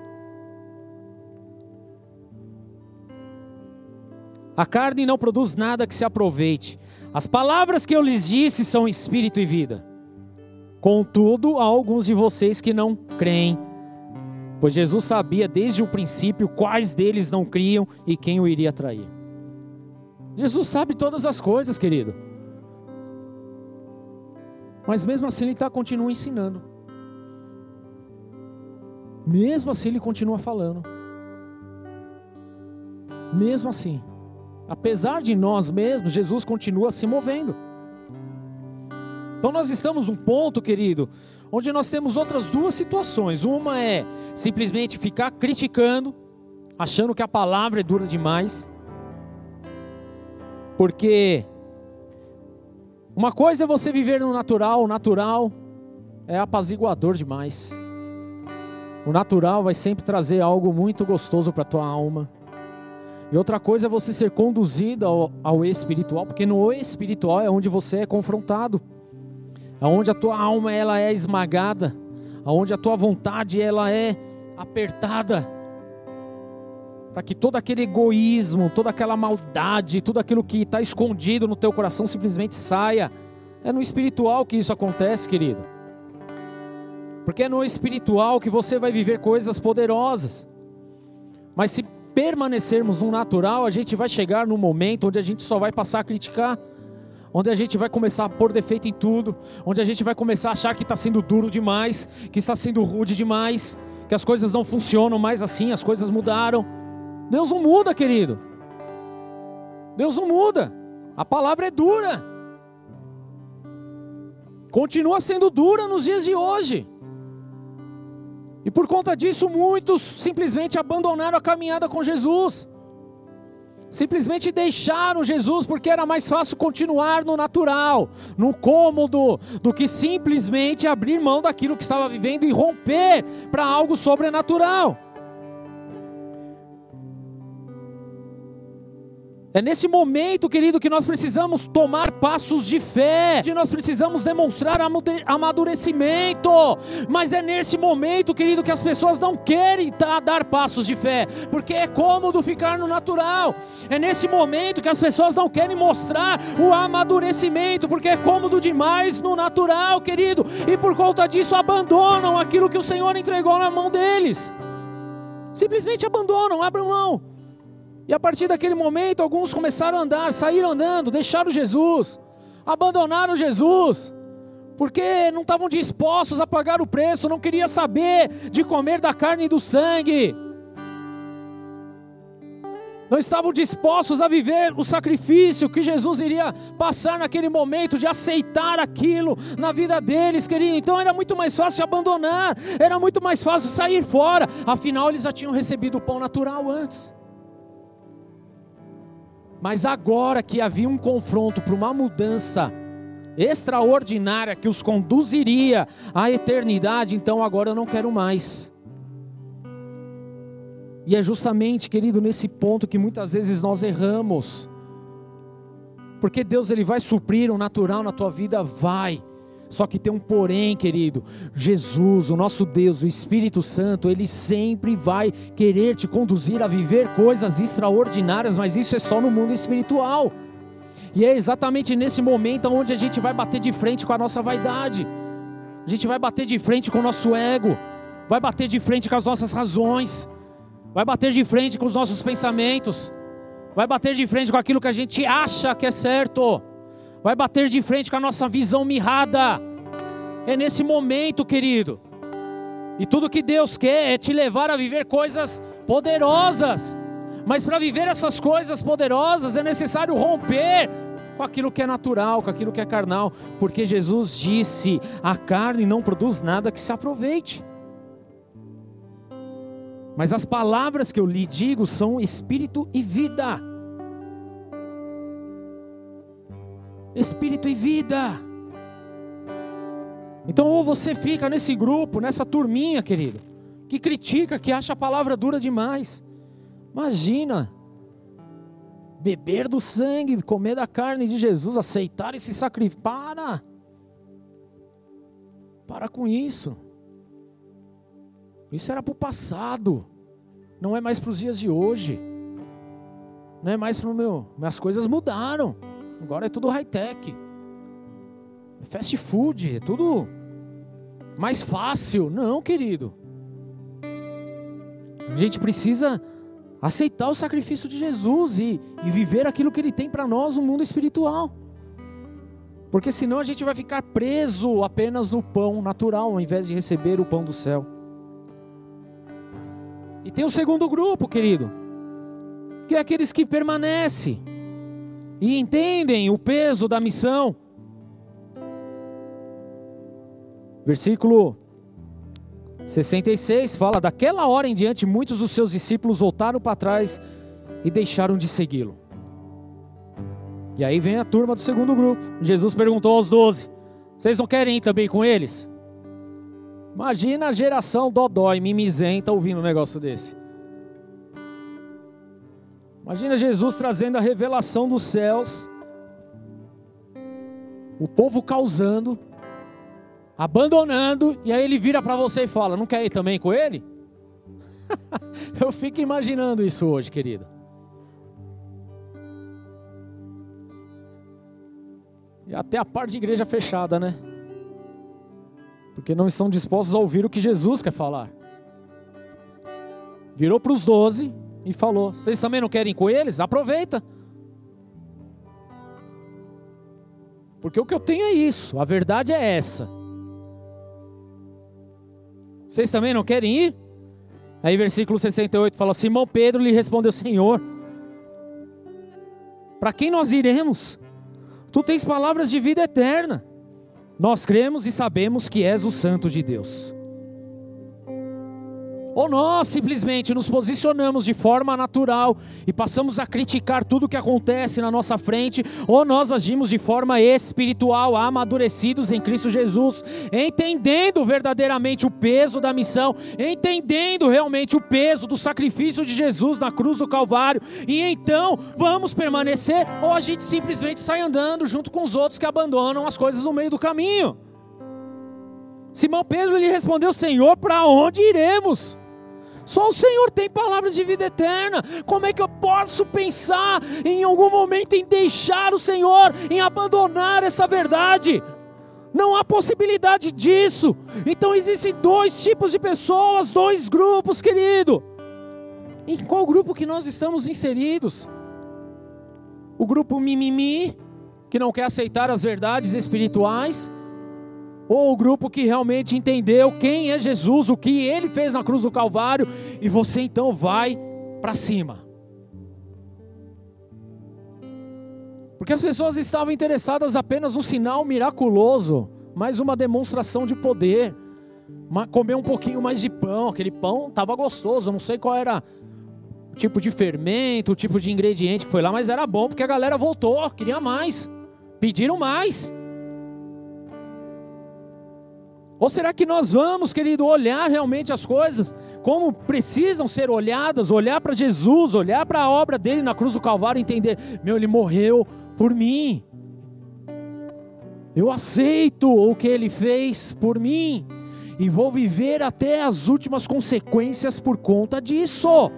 A carne não produz nada que se aproveite. As palavras que eu lhes disse são espírito e vida. Contudo, há alguns de vocês que não creem. pois Jesus sabia desde o princípio quais deles não criam e quem o iria trair. Jesus sabe todas as coisas, querido. Mas mesmo assim ele continua ensinando. Mesmo assim ele continua falando. Mesmo assim, apesar de nós mesmos, Jesus continua se movendo. Então nós estamos num ponto, querido, onde nós temos outras duas situações. Uma é simplesmente ficar criticando, achando que a palavra é dura demais. Porque uma coisa é você viver no natural, o natural é apaziguador demais. O natural vai sempre trazer algo muito gostoso para a tua alma. E outra coisa é você ser conduzido ao espiritual, porque no espiritual é onde você é confrontado. É onde a tua alma ela é esmagada, onde a tua vontade ela é apertada, para que todo aquele egoísmo, toda aquela maldade, tudo aquilo que está escondido no teu coração simplesmente saia. É no espiritual que isso acontece, querido. Porque é no espiritual que você vai viver coisas poderosas. Mas se permanecermos no natural, a gente vai chegar num momento onde a gente só vai passar a criticar, onde a gente vai começar a pôr defeito em tudo, onde a gente vai começar a achar que está sendo duro demais, que está sendo rude demais, que as coisas não funcionam mais assim, as coisas mudaram. Deus não muda, querido. Deus não muda. A palavra é dura. Continua sendo dura nos dias de hoje. E por conta disso, muitos simplesmente abandonaram a caminhada com Jesus. Simplesmente deixaram Jesus porque era mais fácil continuar no natural, no cômodo, do que simplesmente abrir mão daquilo que estava vivendo e romper para algo sobrenatural. É nesse momento, querido, que nós precisamos tomar passos de fé, que nós precisamos demonstrar amadurecimento. Mas é nesse momento, querido, que as pessoas não querem dar passos de fé, porque é cômodo ficar no natural. É nesse momento que as pessoas não querem mostrar o amadurecimento, porque é cômodo demais no natural, querido. E por conta disso abandonam aquilo que o Senhor entregou na mão deles. Simplesmente abandonam, abrem mão. E a partir daquele momento, alguns começaram a andar, saíram andando, deixaram Jesus, abandonaram Jesus, porque não estavam dispostos a pagar o preço, não queriam saber de comer da carne e do sangue, não estavam dispostos a viver o sacrifício que Jesus iria passar naquele momento, de aceitar aquilo na vida deles, querido. Então era muito mais fácil abandonar, era muito mais fácil sair fora, afinal eles já tinham recebido o pão natural antes. Mas agora que havia um confronto para uma mudança extraordinária que os conduziria à eternidade, então agora eu não quero mais. E é justamente, querido, nesse ponto que muitas vezes nós erramos. Porque Deus ele vai suprir o natural na tua vida, vai. Só que tem um porém, querido. Jesus, o nosso Deus, o Espírito Santo, Ele sempre vai querer te conduzir a viver coisas extraordinárias, mas isso é só no mundo espiritual. E é exatamente nesse momento onde a gente vai bater de frente com a nossa vaidade. A gente vai bater de frente com o nosso ego, vai bater de frente com as nossas razões, vai bater de frente com os nossos pensamentos, vai bater de frente com aquilo que a gente acha que é certo, vai bater de frente com a nossa visão mirrada. É nesse momento, querido. E tudo que Deus quer é te levar a viver coisas poderosas. Mas para viver essas coisas poderosas é necessário romper com aquilo que é natural, com aquilo que é carnal. Porque Jesus disse, a carne não produz nada que se aproveite. Mas as palavras que eu lhe digo são espírito e vida. Espírito e vida. Então ou você fica nesse grupo, nessa turminha, querido, que critica, que acha a palavra dura demais. Imagina, beber do sangue, comer da carne de Jesus, aceitar esse sacrifício. Para com isso. Isso era para o passado, não é mais para os dias de hoje. Não é mais para o meu. As coisas mudaram. Agora é tudo high-tech, é fast food, é tudo mais fácil. Não, querido. A gente precisa aceitar o sacrifício de Jesus e viver aquilo que Ele tem para nós no mundo espiritual. Porque senão a gente vai ficar preso apenas no pão natural, ao invés de receber o pão do céu. E tem o segundo grupo, querido, que é aqueles que permanecem e entendem o peso da missão. Versículo 66 fala: daquela hora em diante muitos dos seus discípulos voltaram para trás e deixaram de segui-lo. E aí vem a turma do segundo grupo. Jesus perguntou aos 12: vocês não querem ir também com eles? Imagina a geração dodói, mimizenta ouvindo um negócio desse. Imagina Jesus trazendo a revelação dos céus, o povo causando, abandonando, e aí ele vira para você e fala: não quer ir também com ele? Eu fico imaginando isso hoje, querido. E até a parte de igreja fechada, né? Porque não estão dispostos a ouvir o que Jesus quer falar. Virou para os 12 e falou: vocês também não querem ir com eles? Aproveita. Porque o que eu tenho é isso, a verdade é essa. Vocês também não querem ir? Aí versículo 68 fala: Simão Pedro lhe respondeu: Senhor, para quem nós iremos? Tu tens palavras de vida eterna. Nós cremos e sabemos que és o Santo de Deus. Ou nós simplesmente nos posicionamos de forma natural e passamos a criticar tudo o que acontece na nossa frente, ou nós agimos de forma espiritual, amadurecidos em Cristo Jesus, entendendo verdadeiramente o peso da missão, entendendo realmente o peso do sacrifício de Jesus na cruz do Calvário, e então vamos permanecer, ou a gente simplesmente sai andando junto com os outros que abandonam as coisas no meio do caminho. Simão Pedro lhe respondeu: Senhor, para onde iremos? Só o Senhor tem palavras de vida eterna. Como é que eu posso pensar em algum momento em deixar o Senhor, em abandonar essa verdade? Não há possibilidade disso. Então existem dois tipos de pessoas, dois grupos, querido. Em qual grupo que nós estamos inseridos? O grupo mimimi, que não quer aceitar as verdades espirituais, ou o grupo que realmente entendeu quem é Jesus, o que Ele fez na cruz do Calvário, e você então vai para cima. Porque as pessoas estavam interessadas apenas no sinal miraculoso, mais uma demonstração de poder, comer um pouquinho mais de pão. Aquele pão estava gostoso, eu não sei qual era o tipo de fermento, o tipo de ingrediente que foi lá, mas era bom porque a galera voltou, queria mais, pediram mais. Ou será que nós vamos, querido, olhar realmente as coisas como precisam ser olhadas, olhar para Jesus, olhar para a obra dele na cruz do Calvário e entender: Ele morreu por mim, eu aceito o que Ele fez por mim, e vou viver até as últimas consequências por conta disso.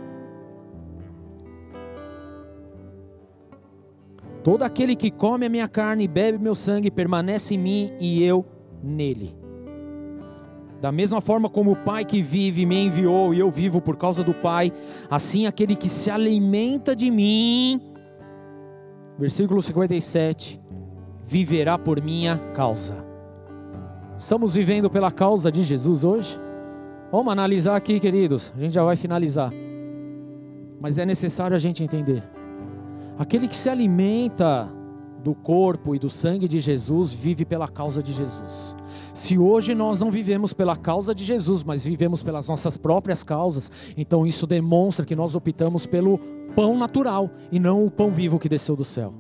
Todo aquele que come a minha carne e bebe meu sangue permanece em mim e eu nele. Da mesma forma como o Pai que vive me enviou e eu vivo por causa do Pai, assim aquele que se alimenta de mim, versículo 57, viverá por minha causa. Estamos vivendo pela causa de Jesus hoje? Vamos analisar aqui, queridos, a gente já vai finalizar. Mas é necessário a gente entender. Aquele que se alimenta do corpo e do sangue de Jesus vive pela causa de Jesus. Se hoje nós não vivemos pela causa de Jesus, mas vivemos pelas nossas próprias causas, então isso demonstra que nós optamos pelo pão natural e não o pão vivo que desceu do céu.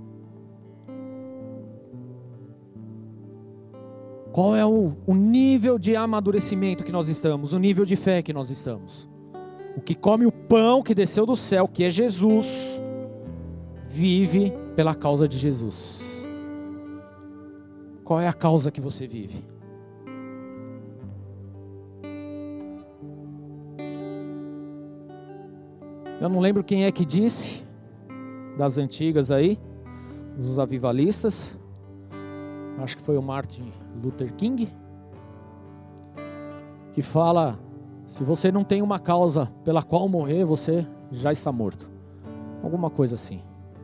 Qual é o nível de amadurecimento que nós estamos, o nível de fé que nós estamos? O que come o pão que desceu do céu, que é Jesus, vive pela causa de Jesus. Qual é a causa que você vive? Eu não lembro quem é que disse, das antigas aí, dos avivalistas, acho que foi o Martin Luther King, que fala: Se você não tem uma causa pela qual morrer, você já está morto. Alguma coisa assim.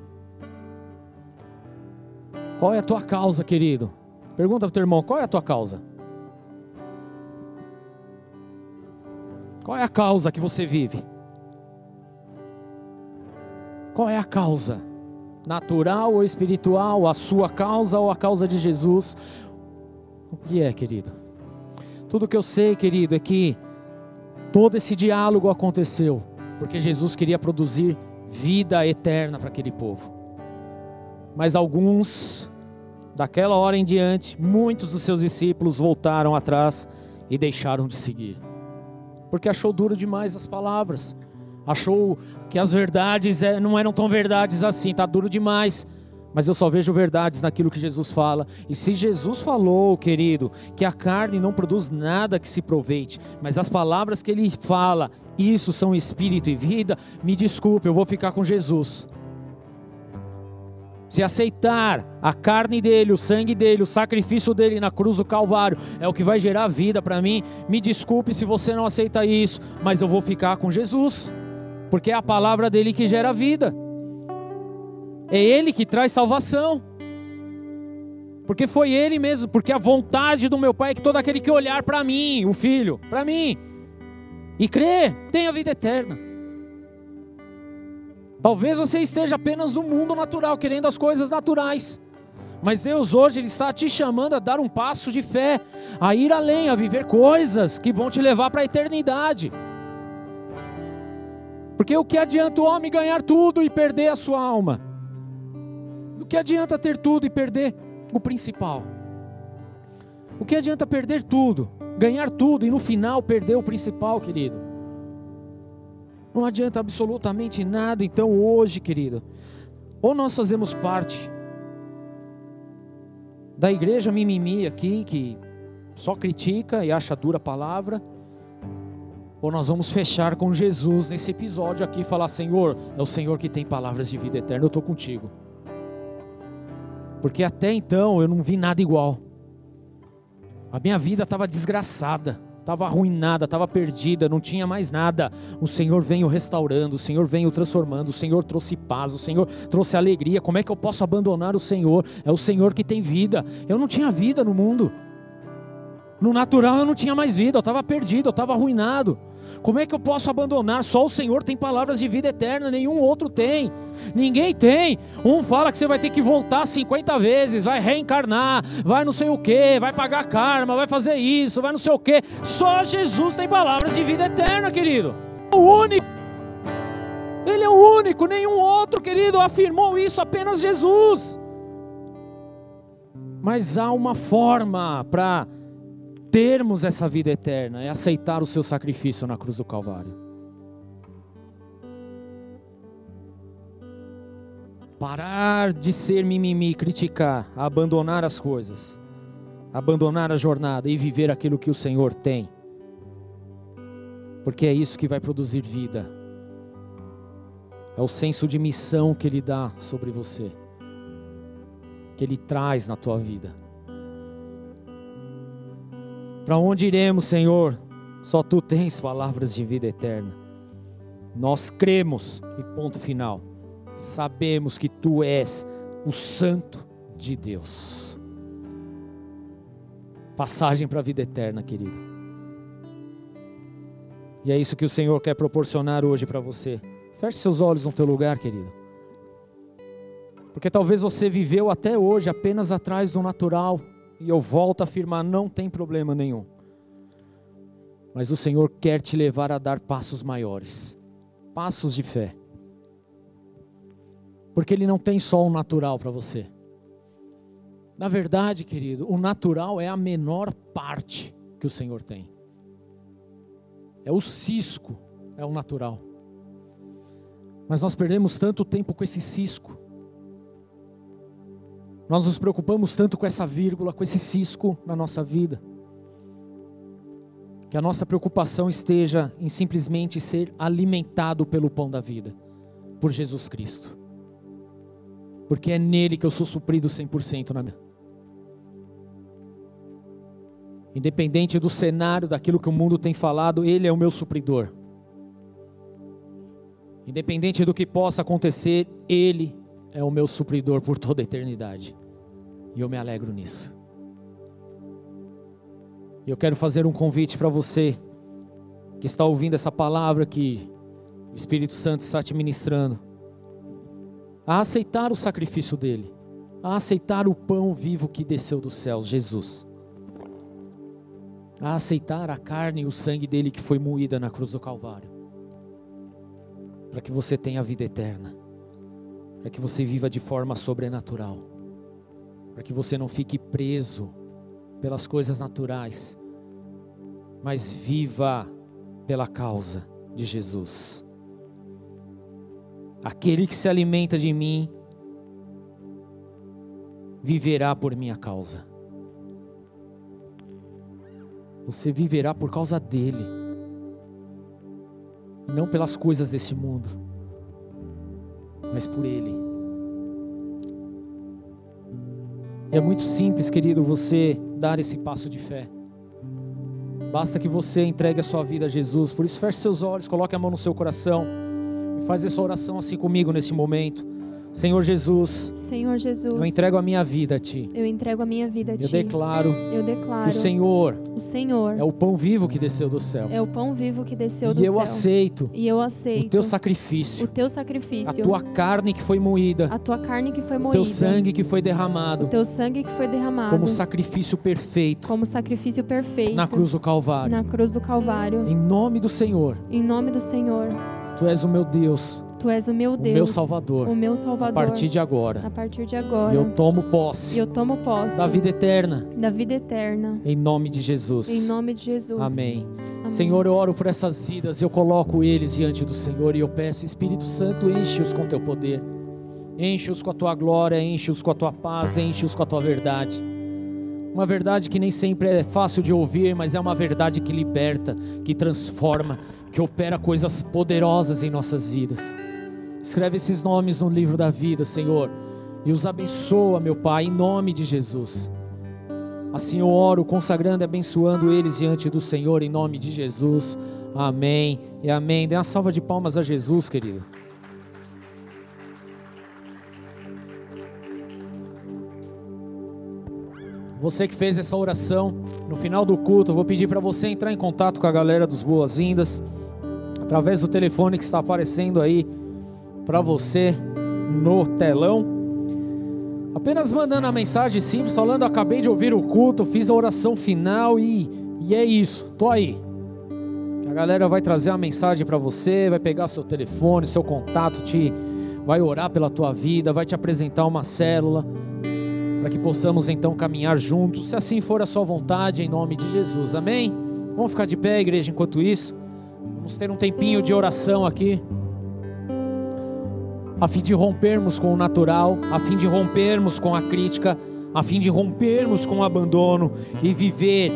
Qual é a tua causa, querido? Pergunta para o teu irmão, qual é a tua causa? Qual é a causa que você vive? Qual é a causa? Natural ou espiritual? A sua causa ou a causa de Jesus? O que é, querido? Tudo que eu sei, querido, é que todo esse diálogo aconteceu porque Jesus queria produzir vida eterna para aquele povo. Mas alguns, daquela hora em diante, muitos dos seus discípulos voltaram atrás e deixaram de seguir. Porque achou duro demais as palavras. Achou que as verdades não eram tão verdades assim, está duro demais. Mas eu só vejo verdades naquilo que Jesus fala. E se Jesus falou, querido, que a carne não produz nada que se aproveite, mas as palavras que ele fala, isso são espírito e vida, me desculpe, eu vou ficar com Jesus. Se aceitar a carne dele, o sangue dele, o sacrifício dele na cruz do Calvário é o que vai gerar vida para mim, me desculpe se você não aceita isso, mas eu vou ficar com Jesus, porque é a palavra dele que gera vida. É Ele que traz salvação. Porque foi Ele mesmo. Porque a vontade do meu Pai é que todo aquele que olhar para mim, o Filho, para mim, e crer, tenha vida eterna. Talvez você esteja apenas no mundo natural, querendo as coisas naturais. Mas Deus hoje Ele está te chamando a dar um passo de fé, a ir além, a viver coisas que vão te levar para a eternidade. Porque o que adianta o homem ganhar tudo e perder a sua alma? O que adianta ter tudo e perder o principal? O que adianta perder tudo, ganhar tudo e no final perder o principal, querido? Não adianta absolutamente nada. Então hoje, querido, ou nós fazemos parte da igreja mimimi aqui, que só critica e acha dura a palavra, ou nós vamos fechar com Jesus nesse episódio aqui e falar: Senhor, é o Senhor que tem palavras de vida eterna, eu estou contigo. Porque até então eu não vi nada igual. A minha vida estava desgraçada, estava arruinada, estava perdida, não tinha mais nada. O Senhor veio restaurando, o Senhor veio transformando, o Senhor trouxe paz, o Senhor trouxe alegria. Como é que eu posso abandonar o Senhor? É o Senhor que tem vida. Eu não tinha vida no mundo. No natural eu não tinha mais vida, eu estava perdido, eu estava arruinado. Como é que eu posso abandonar? Só o Senhor tem palavras de vida eterna, nenhum outro tem. Ninguém tem. Um fala que você vai ter que voltar 50 vezes, vai reencarnar, vai não sei o que, vai pagar karma, vai fazer isso, vai não sei o que. Só Jesus tem palavras de vida eterna, querido. O único. Ele é o único, nenhum outro, querido, afirmou isso, apenas Jesus. Mas há uma forma para termos essa vida eterna, é aceitar o seu sacrifício na cruz do Calvário. Parar de ser mimimi, criticar, abandonar as coisas, abandonar a jornada e viver aquilo que o Senhor tem. Porque é isso que vai produzir vida. É o senso de missão que Ele dá sobre você, que Ele traz na tua vida. Para onde iremos, Senhor? Só Tu tens palavras de vida eterna. Nós cremos, e ponto final. Sabemos que Tu és o Santo de Deus. Passagem para a vida eterna, querido. E é isso que o Senhor quer proporcionar hoje para você. Feche seus olhos no teu lugar, querido. Porque talvez você viveu até hoje apenas atrás do natural. E eu volto a afirmar, não tem problema nenhum. Mas o Senhor quer te levar a dar passos maiores. Passos de fé. Porque Ele não tem só o natural para você. Na verdade, querido, o natural é a menor parte que o Senhor tem. É o cisco, é o natural. Mas nós perdemos tanto tempo com esse cisco. Nós nos preocupamos tanto com essa vírgula, com esse cisco na nossa vida. Que a nossa preocupação esteja em simplesmente ser alimentado pelo pão da vida, por Jesus Cristo. Porque é nele que eu sou suprido 100% na minha. Independente do cenário, daquilo que o mundo tem falado, Ele é o meu supridor. Independente do que possa acontecer, Ele é o meu supridor por toda a eternidade. E eu me alegro nisso. E eu quero fazer um convite para você que está ouvindo essa palavra que o Espírito Santo está te ministrando, a aceitar o sacrifício dele, a aceitar o pão vivo que desceu dos céus, Jesus, a aceitar a carne e o sangue dele que foi moída na cruz do Calvário, para que você tenha a vida eterna, para que você viva de forma sobrenatural, para que você não fique preso pelas coisas naturais, mas viva pela causa de Jesus. Aquele que se alimenta de mim viverá por minha causa. Você viverá por causa dele, não pelas coisas desse mundo, mas por ele. É muito simples, querido, você dar esse passo de fé. Basta que você entregue a sua vida a Jesus. Por isso, feche seus olhos, coloque a mão no seu coração e faz essa oração assim comigo nesse momento. Senhor Jesus, Senhor Jesus, eu entrego a minha vida a Ti. eu entrego a minha vida a Eu Ti. declaro declaro que o Senhor Senhor é o pão vivo que desceu do céu. é o pão vivo que desceu do E céu. eu aceito E eu aceito o Teu sacrifício, o Teu a sacrifício, Tua carne que foi moída, a Tua carne que foi o moída, Teu sangue que foi derramado, o Teu sangue que foi derramado como sacrifício perfeito como sacrifício perfeito na cruz do Calvário. na cruz do Calvário. Em nome do Senhor, Em nome do Senhor, Tu és o meu Deus, Tu és o meu Deus, o meu Salvador. o meu A Salvador. partir de agora, A partir de e agora, eu tomo posse eu tomo posse da vida eterna, da vida eterna. em nome de Jesus. Em nome de Jesus. Amém. Amém. Senhor, eu oro por essas vidas, eu coloco eles diante do Senhor e eu peço, Espírito Santo, enche-os com Teu poder, enche-os com a Tua glória, enche-os com a Tua paz, enche-os com a Tua verdade. Uma verdade que nem sempre é fácil de ouvir, mas é uma verdade que liberta, que transforma, que opera coisas poderosas em nossas vidas. Escreve esses nomes no livro da vida, Senhor, e os abençoa, meu Pai, em nome de Jesus. Assim eu oro, consagrando e abençoando eles diante do Senhor, em nome de Jesus. Amém e amém. Dê uma salva de palmas a Jesus, querido. Você que fez essa oração, no final do culto, eu vou pedir para você entrar em contato com a galera dos Boas-Vindas, através do telefone que está aparecendo aí para você no telão. Apenas mandando a mensagem simples, falando: acabei de ouvir o culto, fiz a oração final e é isso, tô aí. A galera vai trazer a mensagem para você, vai pegar seu telefone, seu contato, vai orar pela tua vida, vai te apresentar uma célula, para que possamos então caminhar juntos, se assim for a sua vontade, em nome de Jesus, amém? Vamos ficar de pé, igreja, enquanto isso, vamos ter um tempinho de oração aqui, a fim de rompermos com o natural, a fim de rompermos com a crítica, a fim de rompermos com o abandono e viver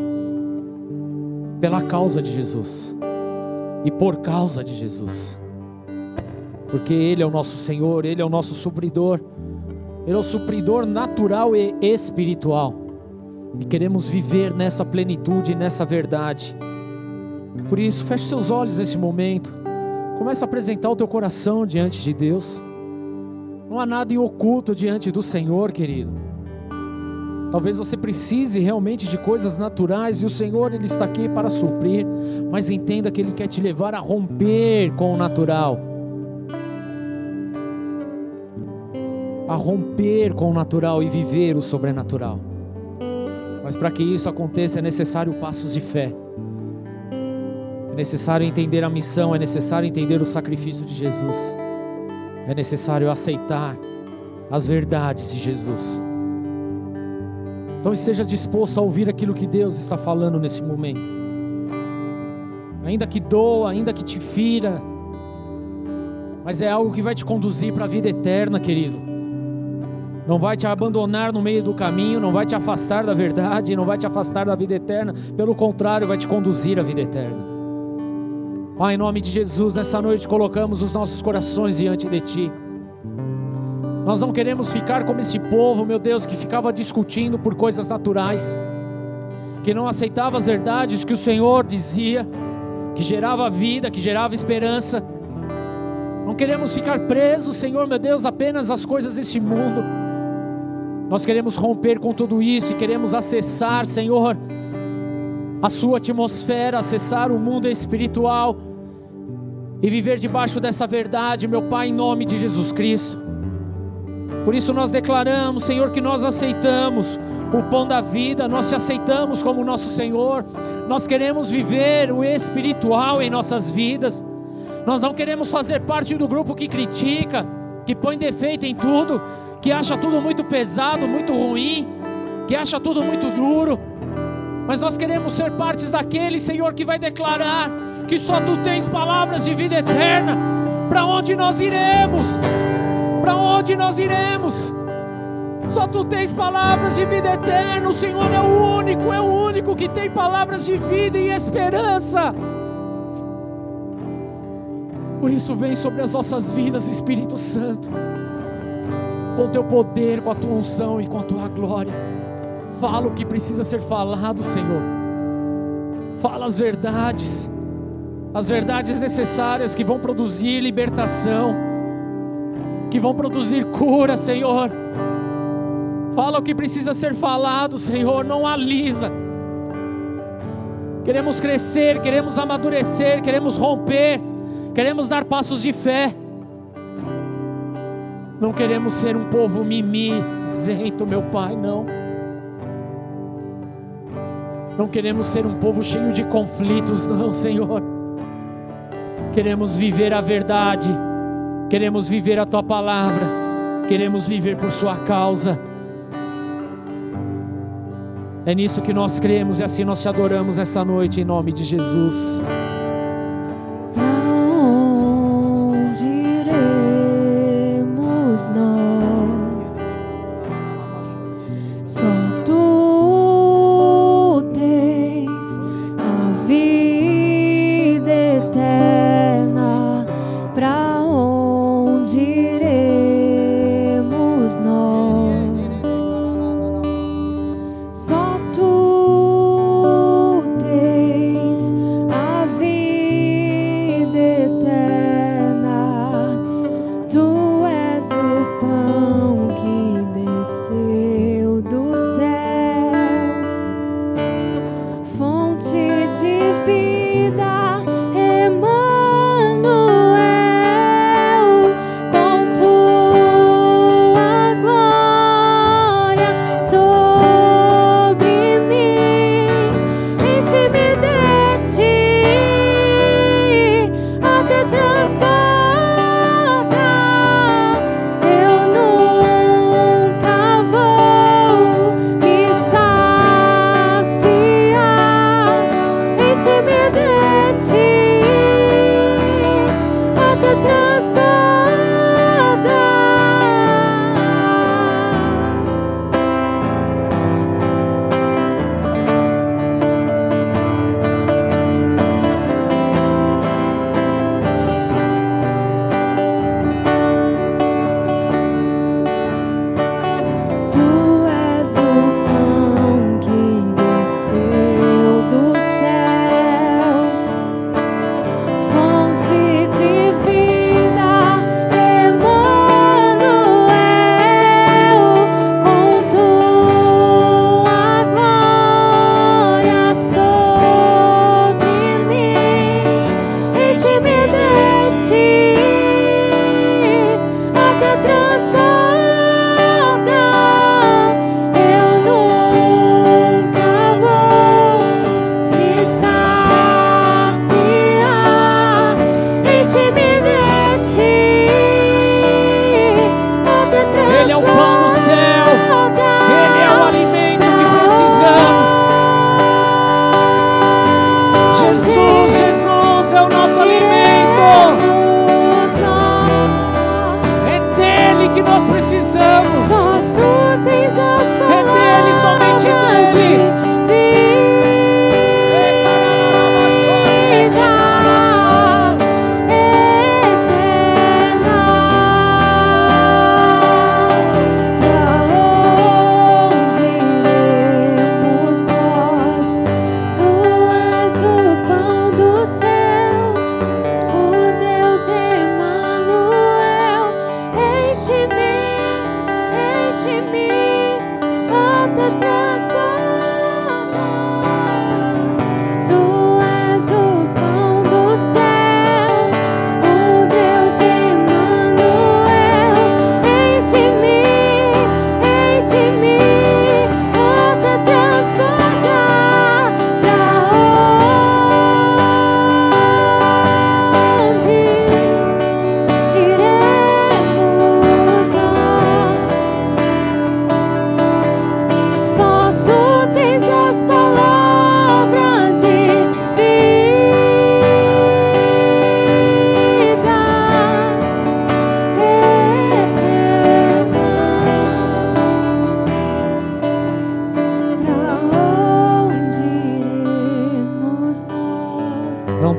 pela causa de Jesus e por causa de Jesus, porque Ele é o nosso Senhor, Ele é o nosso supridor, Ele é o supridor natural e espiritual, e queremos viver nessa plenitude, nessa verdade. Por isso, feche seus olhos nesse momento, comece a apresentar o teu coração diante de Deus. Não há nada em oculto diante do Senhor, querido. Talvez você precise realmente de coisas naturais, e o Senhor, Ele está aqui para suprir, mas entenda que Ele quer te levar a romper com o natural, a romper com o natural e viver o sobrenatural. Mas para que isso aconteça é necessário passos de fé, é necessário entender a missão, é necessário entender o sacrifício de Jesus, é necessário aceitar as verdades de Jesus. Então esteja disposto a ouvir aquilo que Deus está falando nesse momento, ainda que doa, ainda que te fira, mas é algo que vai te conduzir para a vida eterna, querido. Não vai te abandonar no meio do caminho, não vai te afastar da verdade, não vai te afastar da vida eterna, pelo contrário, vai te conduzir à vida eterna. Pai, em nome de Jesus, nessa noite colocamos os nossos corações diante de Ti. Nós não queremos ficar como esse povo, meu Deus, que ficava discutindo por coisas naturais, que não aceitava as verdades que o Senhor dizia, que gerava vida, que gerava esperança. Não queremos ficar presos, Senhor meu Deus, apenas às coisas deste mundo. Nós queremos romper com tudo isso e queremos acessar, Senhor, a sua atmosfera, acessar o mundo espiritual e viver debaixo dessa verdade, meu Pai, em nome de Jesus Cristo. Por isso nós declaramos, Senhor, que nós aceitamos o pão da vida, nós te aceitamos como nosso Senhor. Nós queremos viver o espiritual em nossas vidas. Nós não queremos fazer parte do grupo que critica, que põe defeito em tudo, que acha tudo muito pesado, muito ruim, que acha tudo muito duro. Mas nós queremos ser partes daquele, Senhor, que vai declarar que só Tu tens palavras de vida eterna. Para onde nós iremos? Para onde nós iremos? Só Tu tens palavras de vida eterna. O Senhor é o único que tem palavras de vida e esperança. Por isso vem sobre as nossas vidas, Espírito Santo, com o Teu poder, com a Tua unção e com a Tua glória. Fala o que precisa ser falado, Senhor. Fala as verdades necessárias que vão produzir libertação, que vão produzir cura, Senhor. Fala o que precisa ser falado, Senhor, não alisa. Queremos crescer, queremos amadurecer, queremos romper, queremos dar passos de fé. Não queremos ser um povo mimizento, meu Pai, não. Não queremos ser um povo cheio de conflitos, não, Senhor. Queremos viver a verdade, queremos viver a Tua palavra, queremos viver por Sua causa. É nisso que nós cremos e assim nós Te adoramos essa noite, em nome de Jesus. Aonde iremos nós? Só Tu tens a vida eterna. Pra onde iremos nós? Só Tu tens a vida eterna. Tu és o pão que desceu do céu, fonte de vida, Emmanuel. Com Tua glória sobre mim, enche-me de Ti até transborda. Eu nunca vou me saciar. Enche-me de Ti até transborda. Tu és o pão que desceu do céu, fonte de vida, Emmanuel. Com Tua glória sobre mim, enche-me de Ti até transborda. Eu nunca vou me saciar. Enche-me de Ti até transborda. Ele é o pão do céu, Ele é o alimento que precisamos. Jesus, Jesus é o nosso alimento. É dele que nós precisamos. Só Tu tens as É dele, somente dele. vida eterna. Pra onde iremos nós?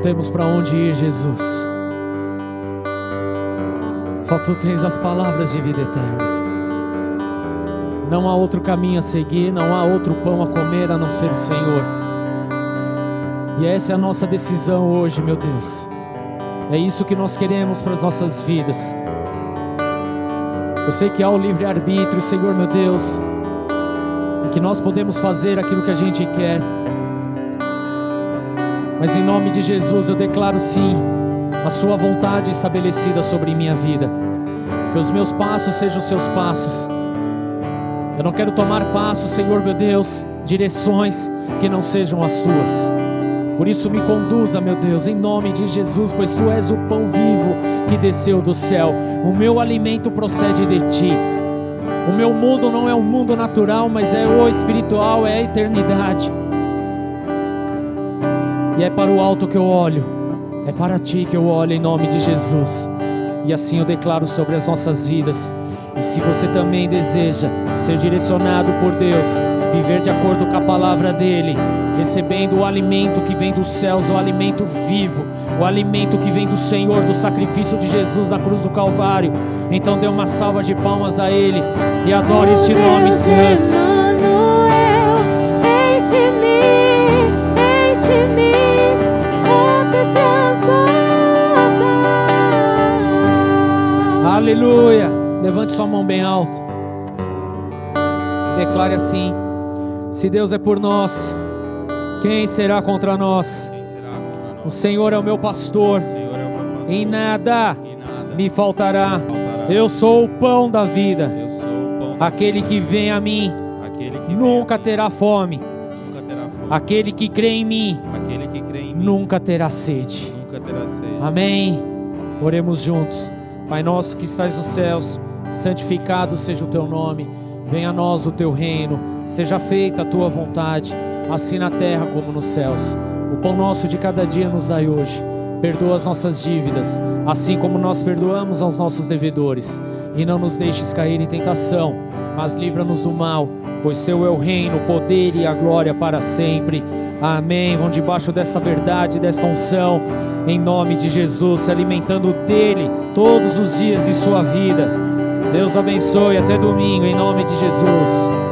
temos para onde ir, Jesus. Só Tu tens as palavras de vida eterna. Não há outro caminho a seguir, não há outro pão a comer a não ser o Senhor. E essa é a nossa decisão hoje, meu Deus. É isso que nós queremos para as nossas vidas. Eu sei que há o livre-arbítrio, Senhor, meu Deus, e que nós podemos fazer aquilo que a gente quer. Mas em nome de Jesus eu declaro sim a Sua vontade estabelecida sobre minha vida. Que os meus passos sejam os Seus passos. Eu não quero tomar passos, Senhor meu Deus, direções que não sejam as Tuas. Por isso me conduza, meu Deus, em nome de Jesus, pois Tu és o pão vivo que desceu do céu. O meu alimento procede de Ti. O meu mundo não é um mundo natural, mas é o espiritual, é a eternidade. E é para o alto que eu olho, é para Ti que eu olho em nome de Jesus. E assim eu declaro sobre as nossas vidas. E se você também deseja ser direcionado por Deus, viver de acordo com a palavra dEle, recebendo o alimento que vem dos céus, o alimento vivo, o alimento que vem do Senhor, do sacrifício de Jesus na cruz do Calvário, então dê uma salva de palmas a Ele e adore este nome santo. Emmanuel, enche-me, conta transborda. Aleluia! Levante sua mão bem alto. Declare assim: se Deus é por nós, quem será contra nós? O Senhor é o meu pastor, em nada me faltará. Eu sou o pão da vida. Aquele que vem a mim nunca terá fome. Aquele que crê em mim nunca terá sede. Amém. Oremos juntos. Pai nosso que estás nos céus, santificado seja o Teu nome. Venha a nós o Teu reino. Seja feita a Tua vontade, assim na terra como nos céus. O pão nosso de cada dia nos dai hoje. Perdoa as nossas dívidas, assim como nós perdoamos aos nossos devedores. E não nos deixes cair em tentação, mas livra-nos do mal, pois Teu é o reino, o poder e a glória para sempre. Amém. Vão debaixo dessa verdade, dessa unção, em nome de Jesus, se alimentando dEle todos os dias de sua vida. Deus abençoe, até domingo, em nome de Jesus.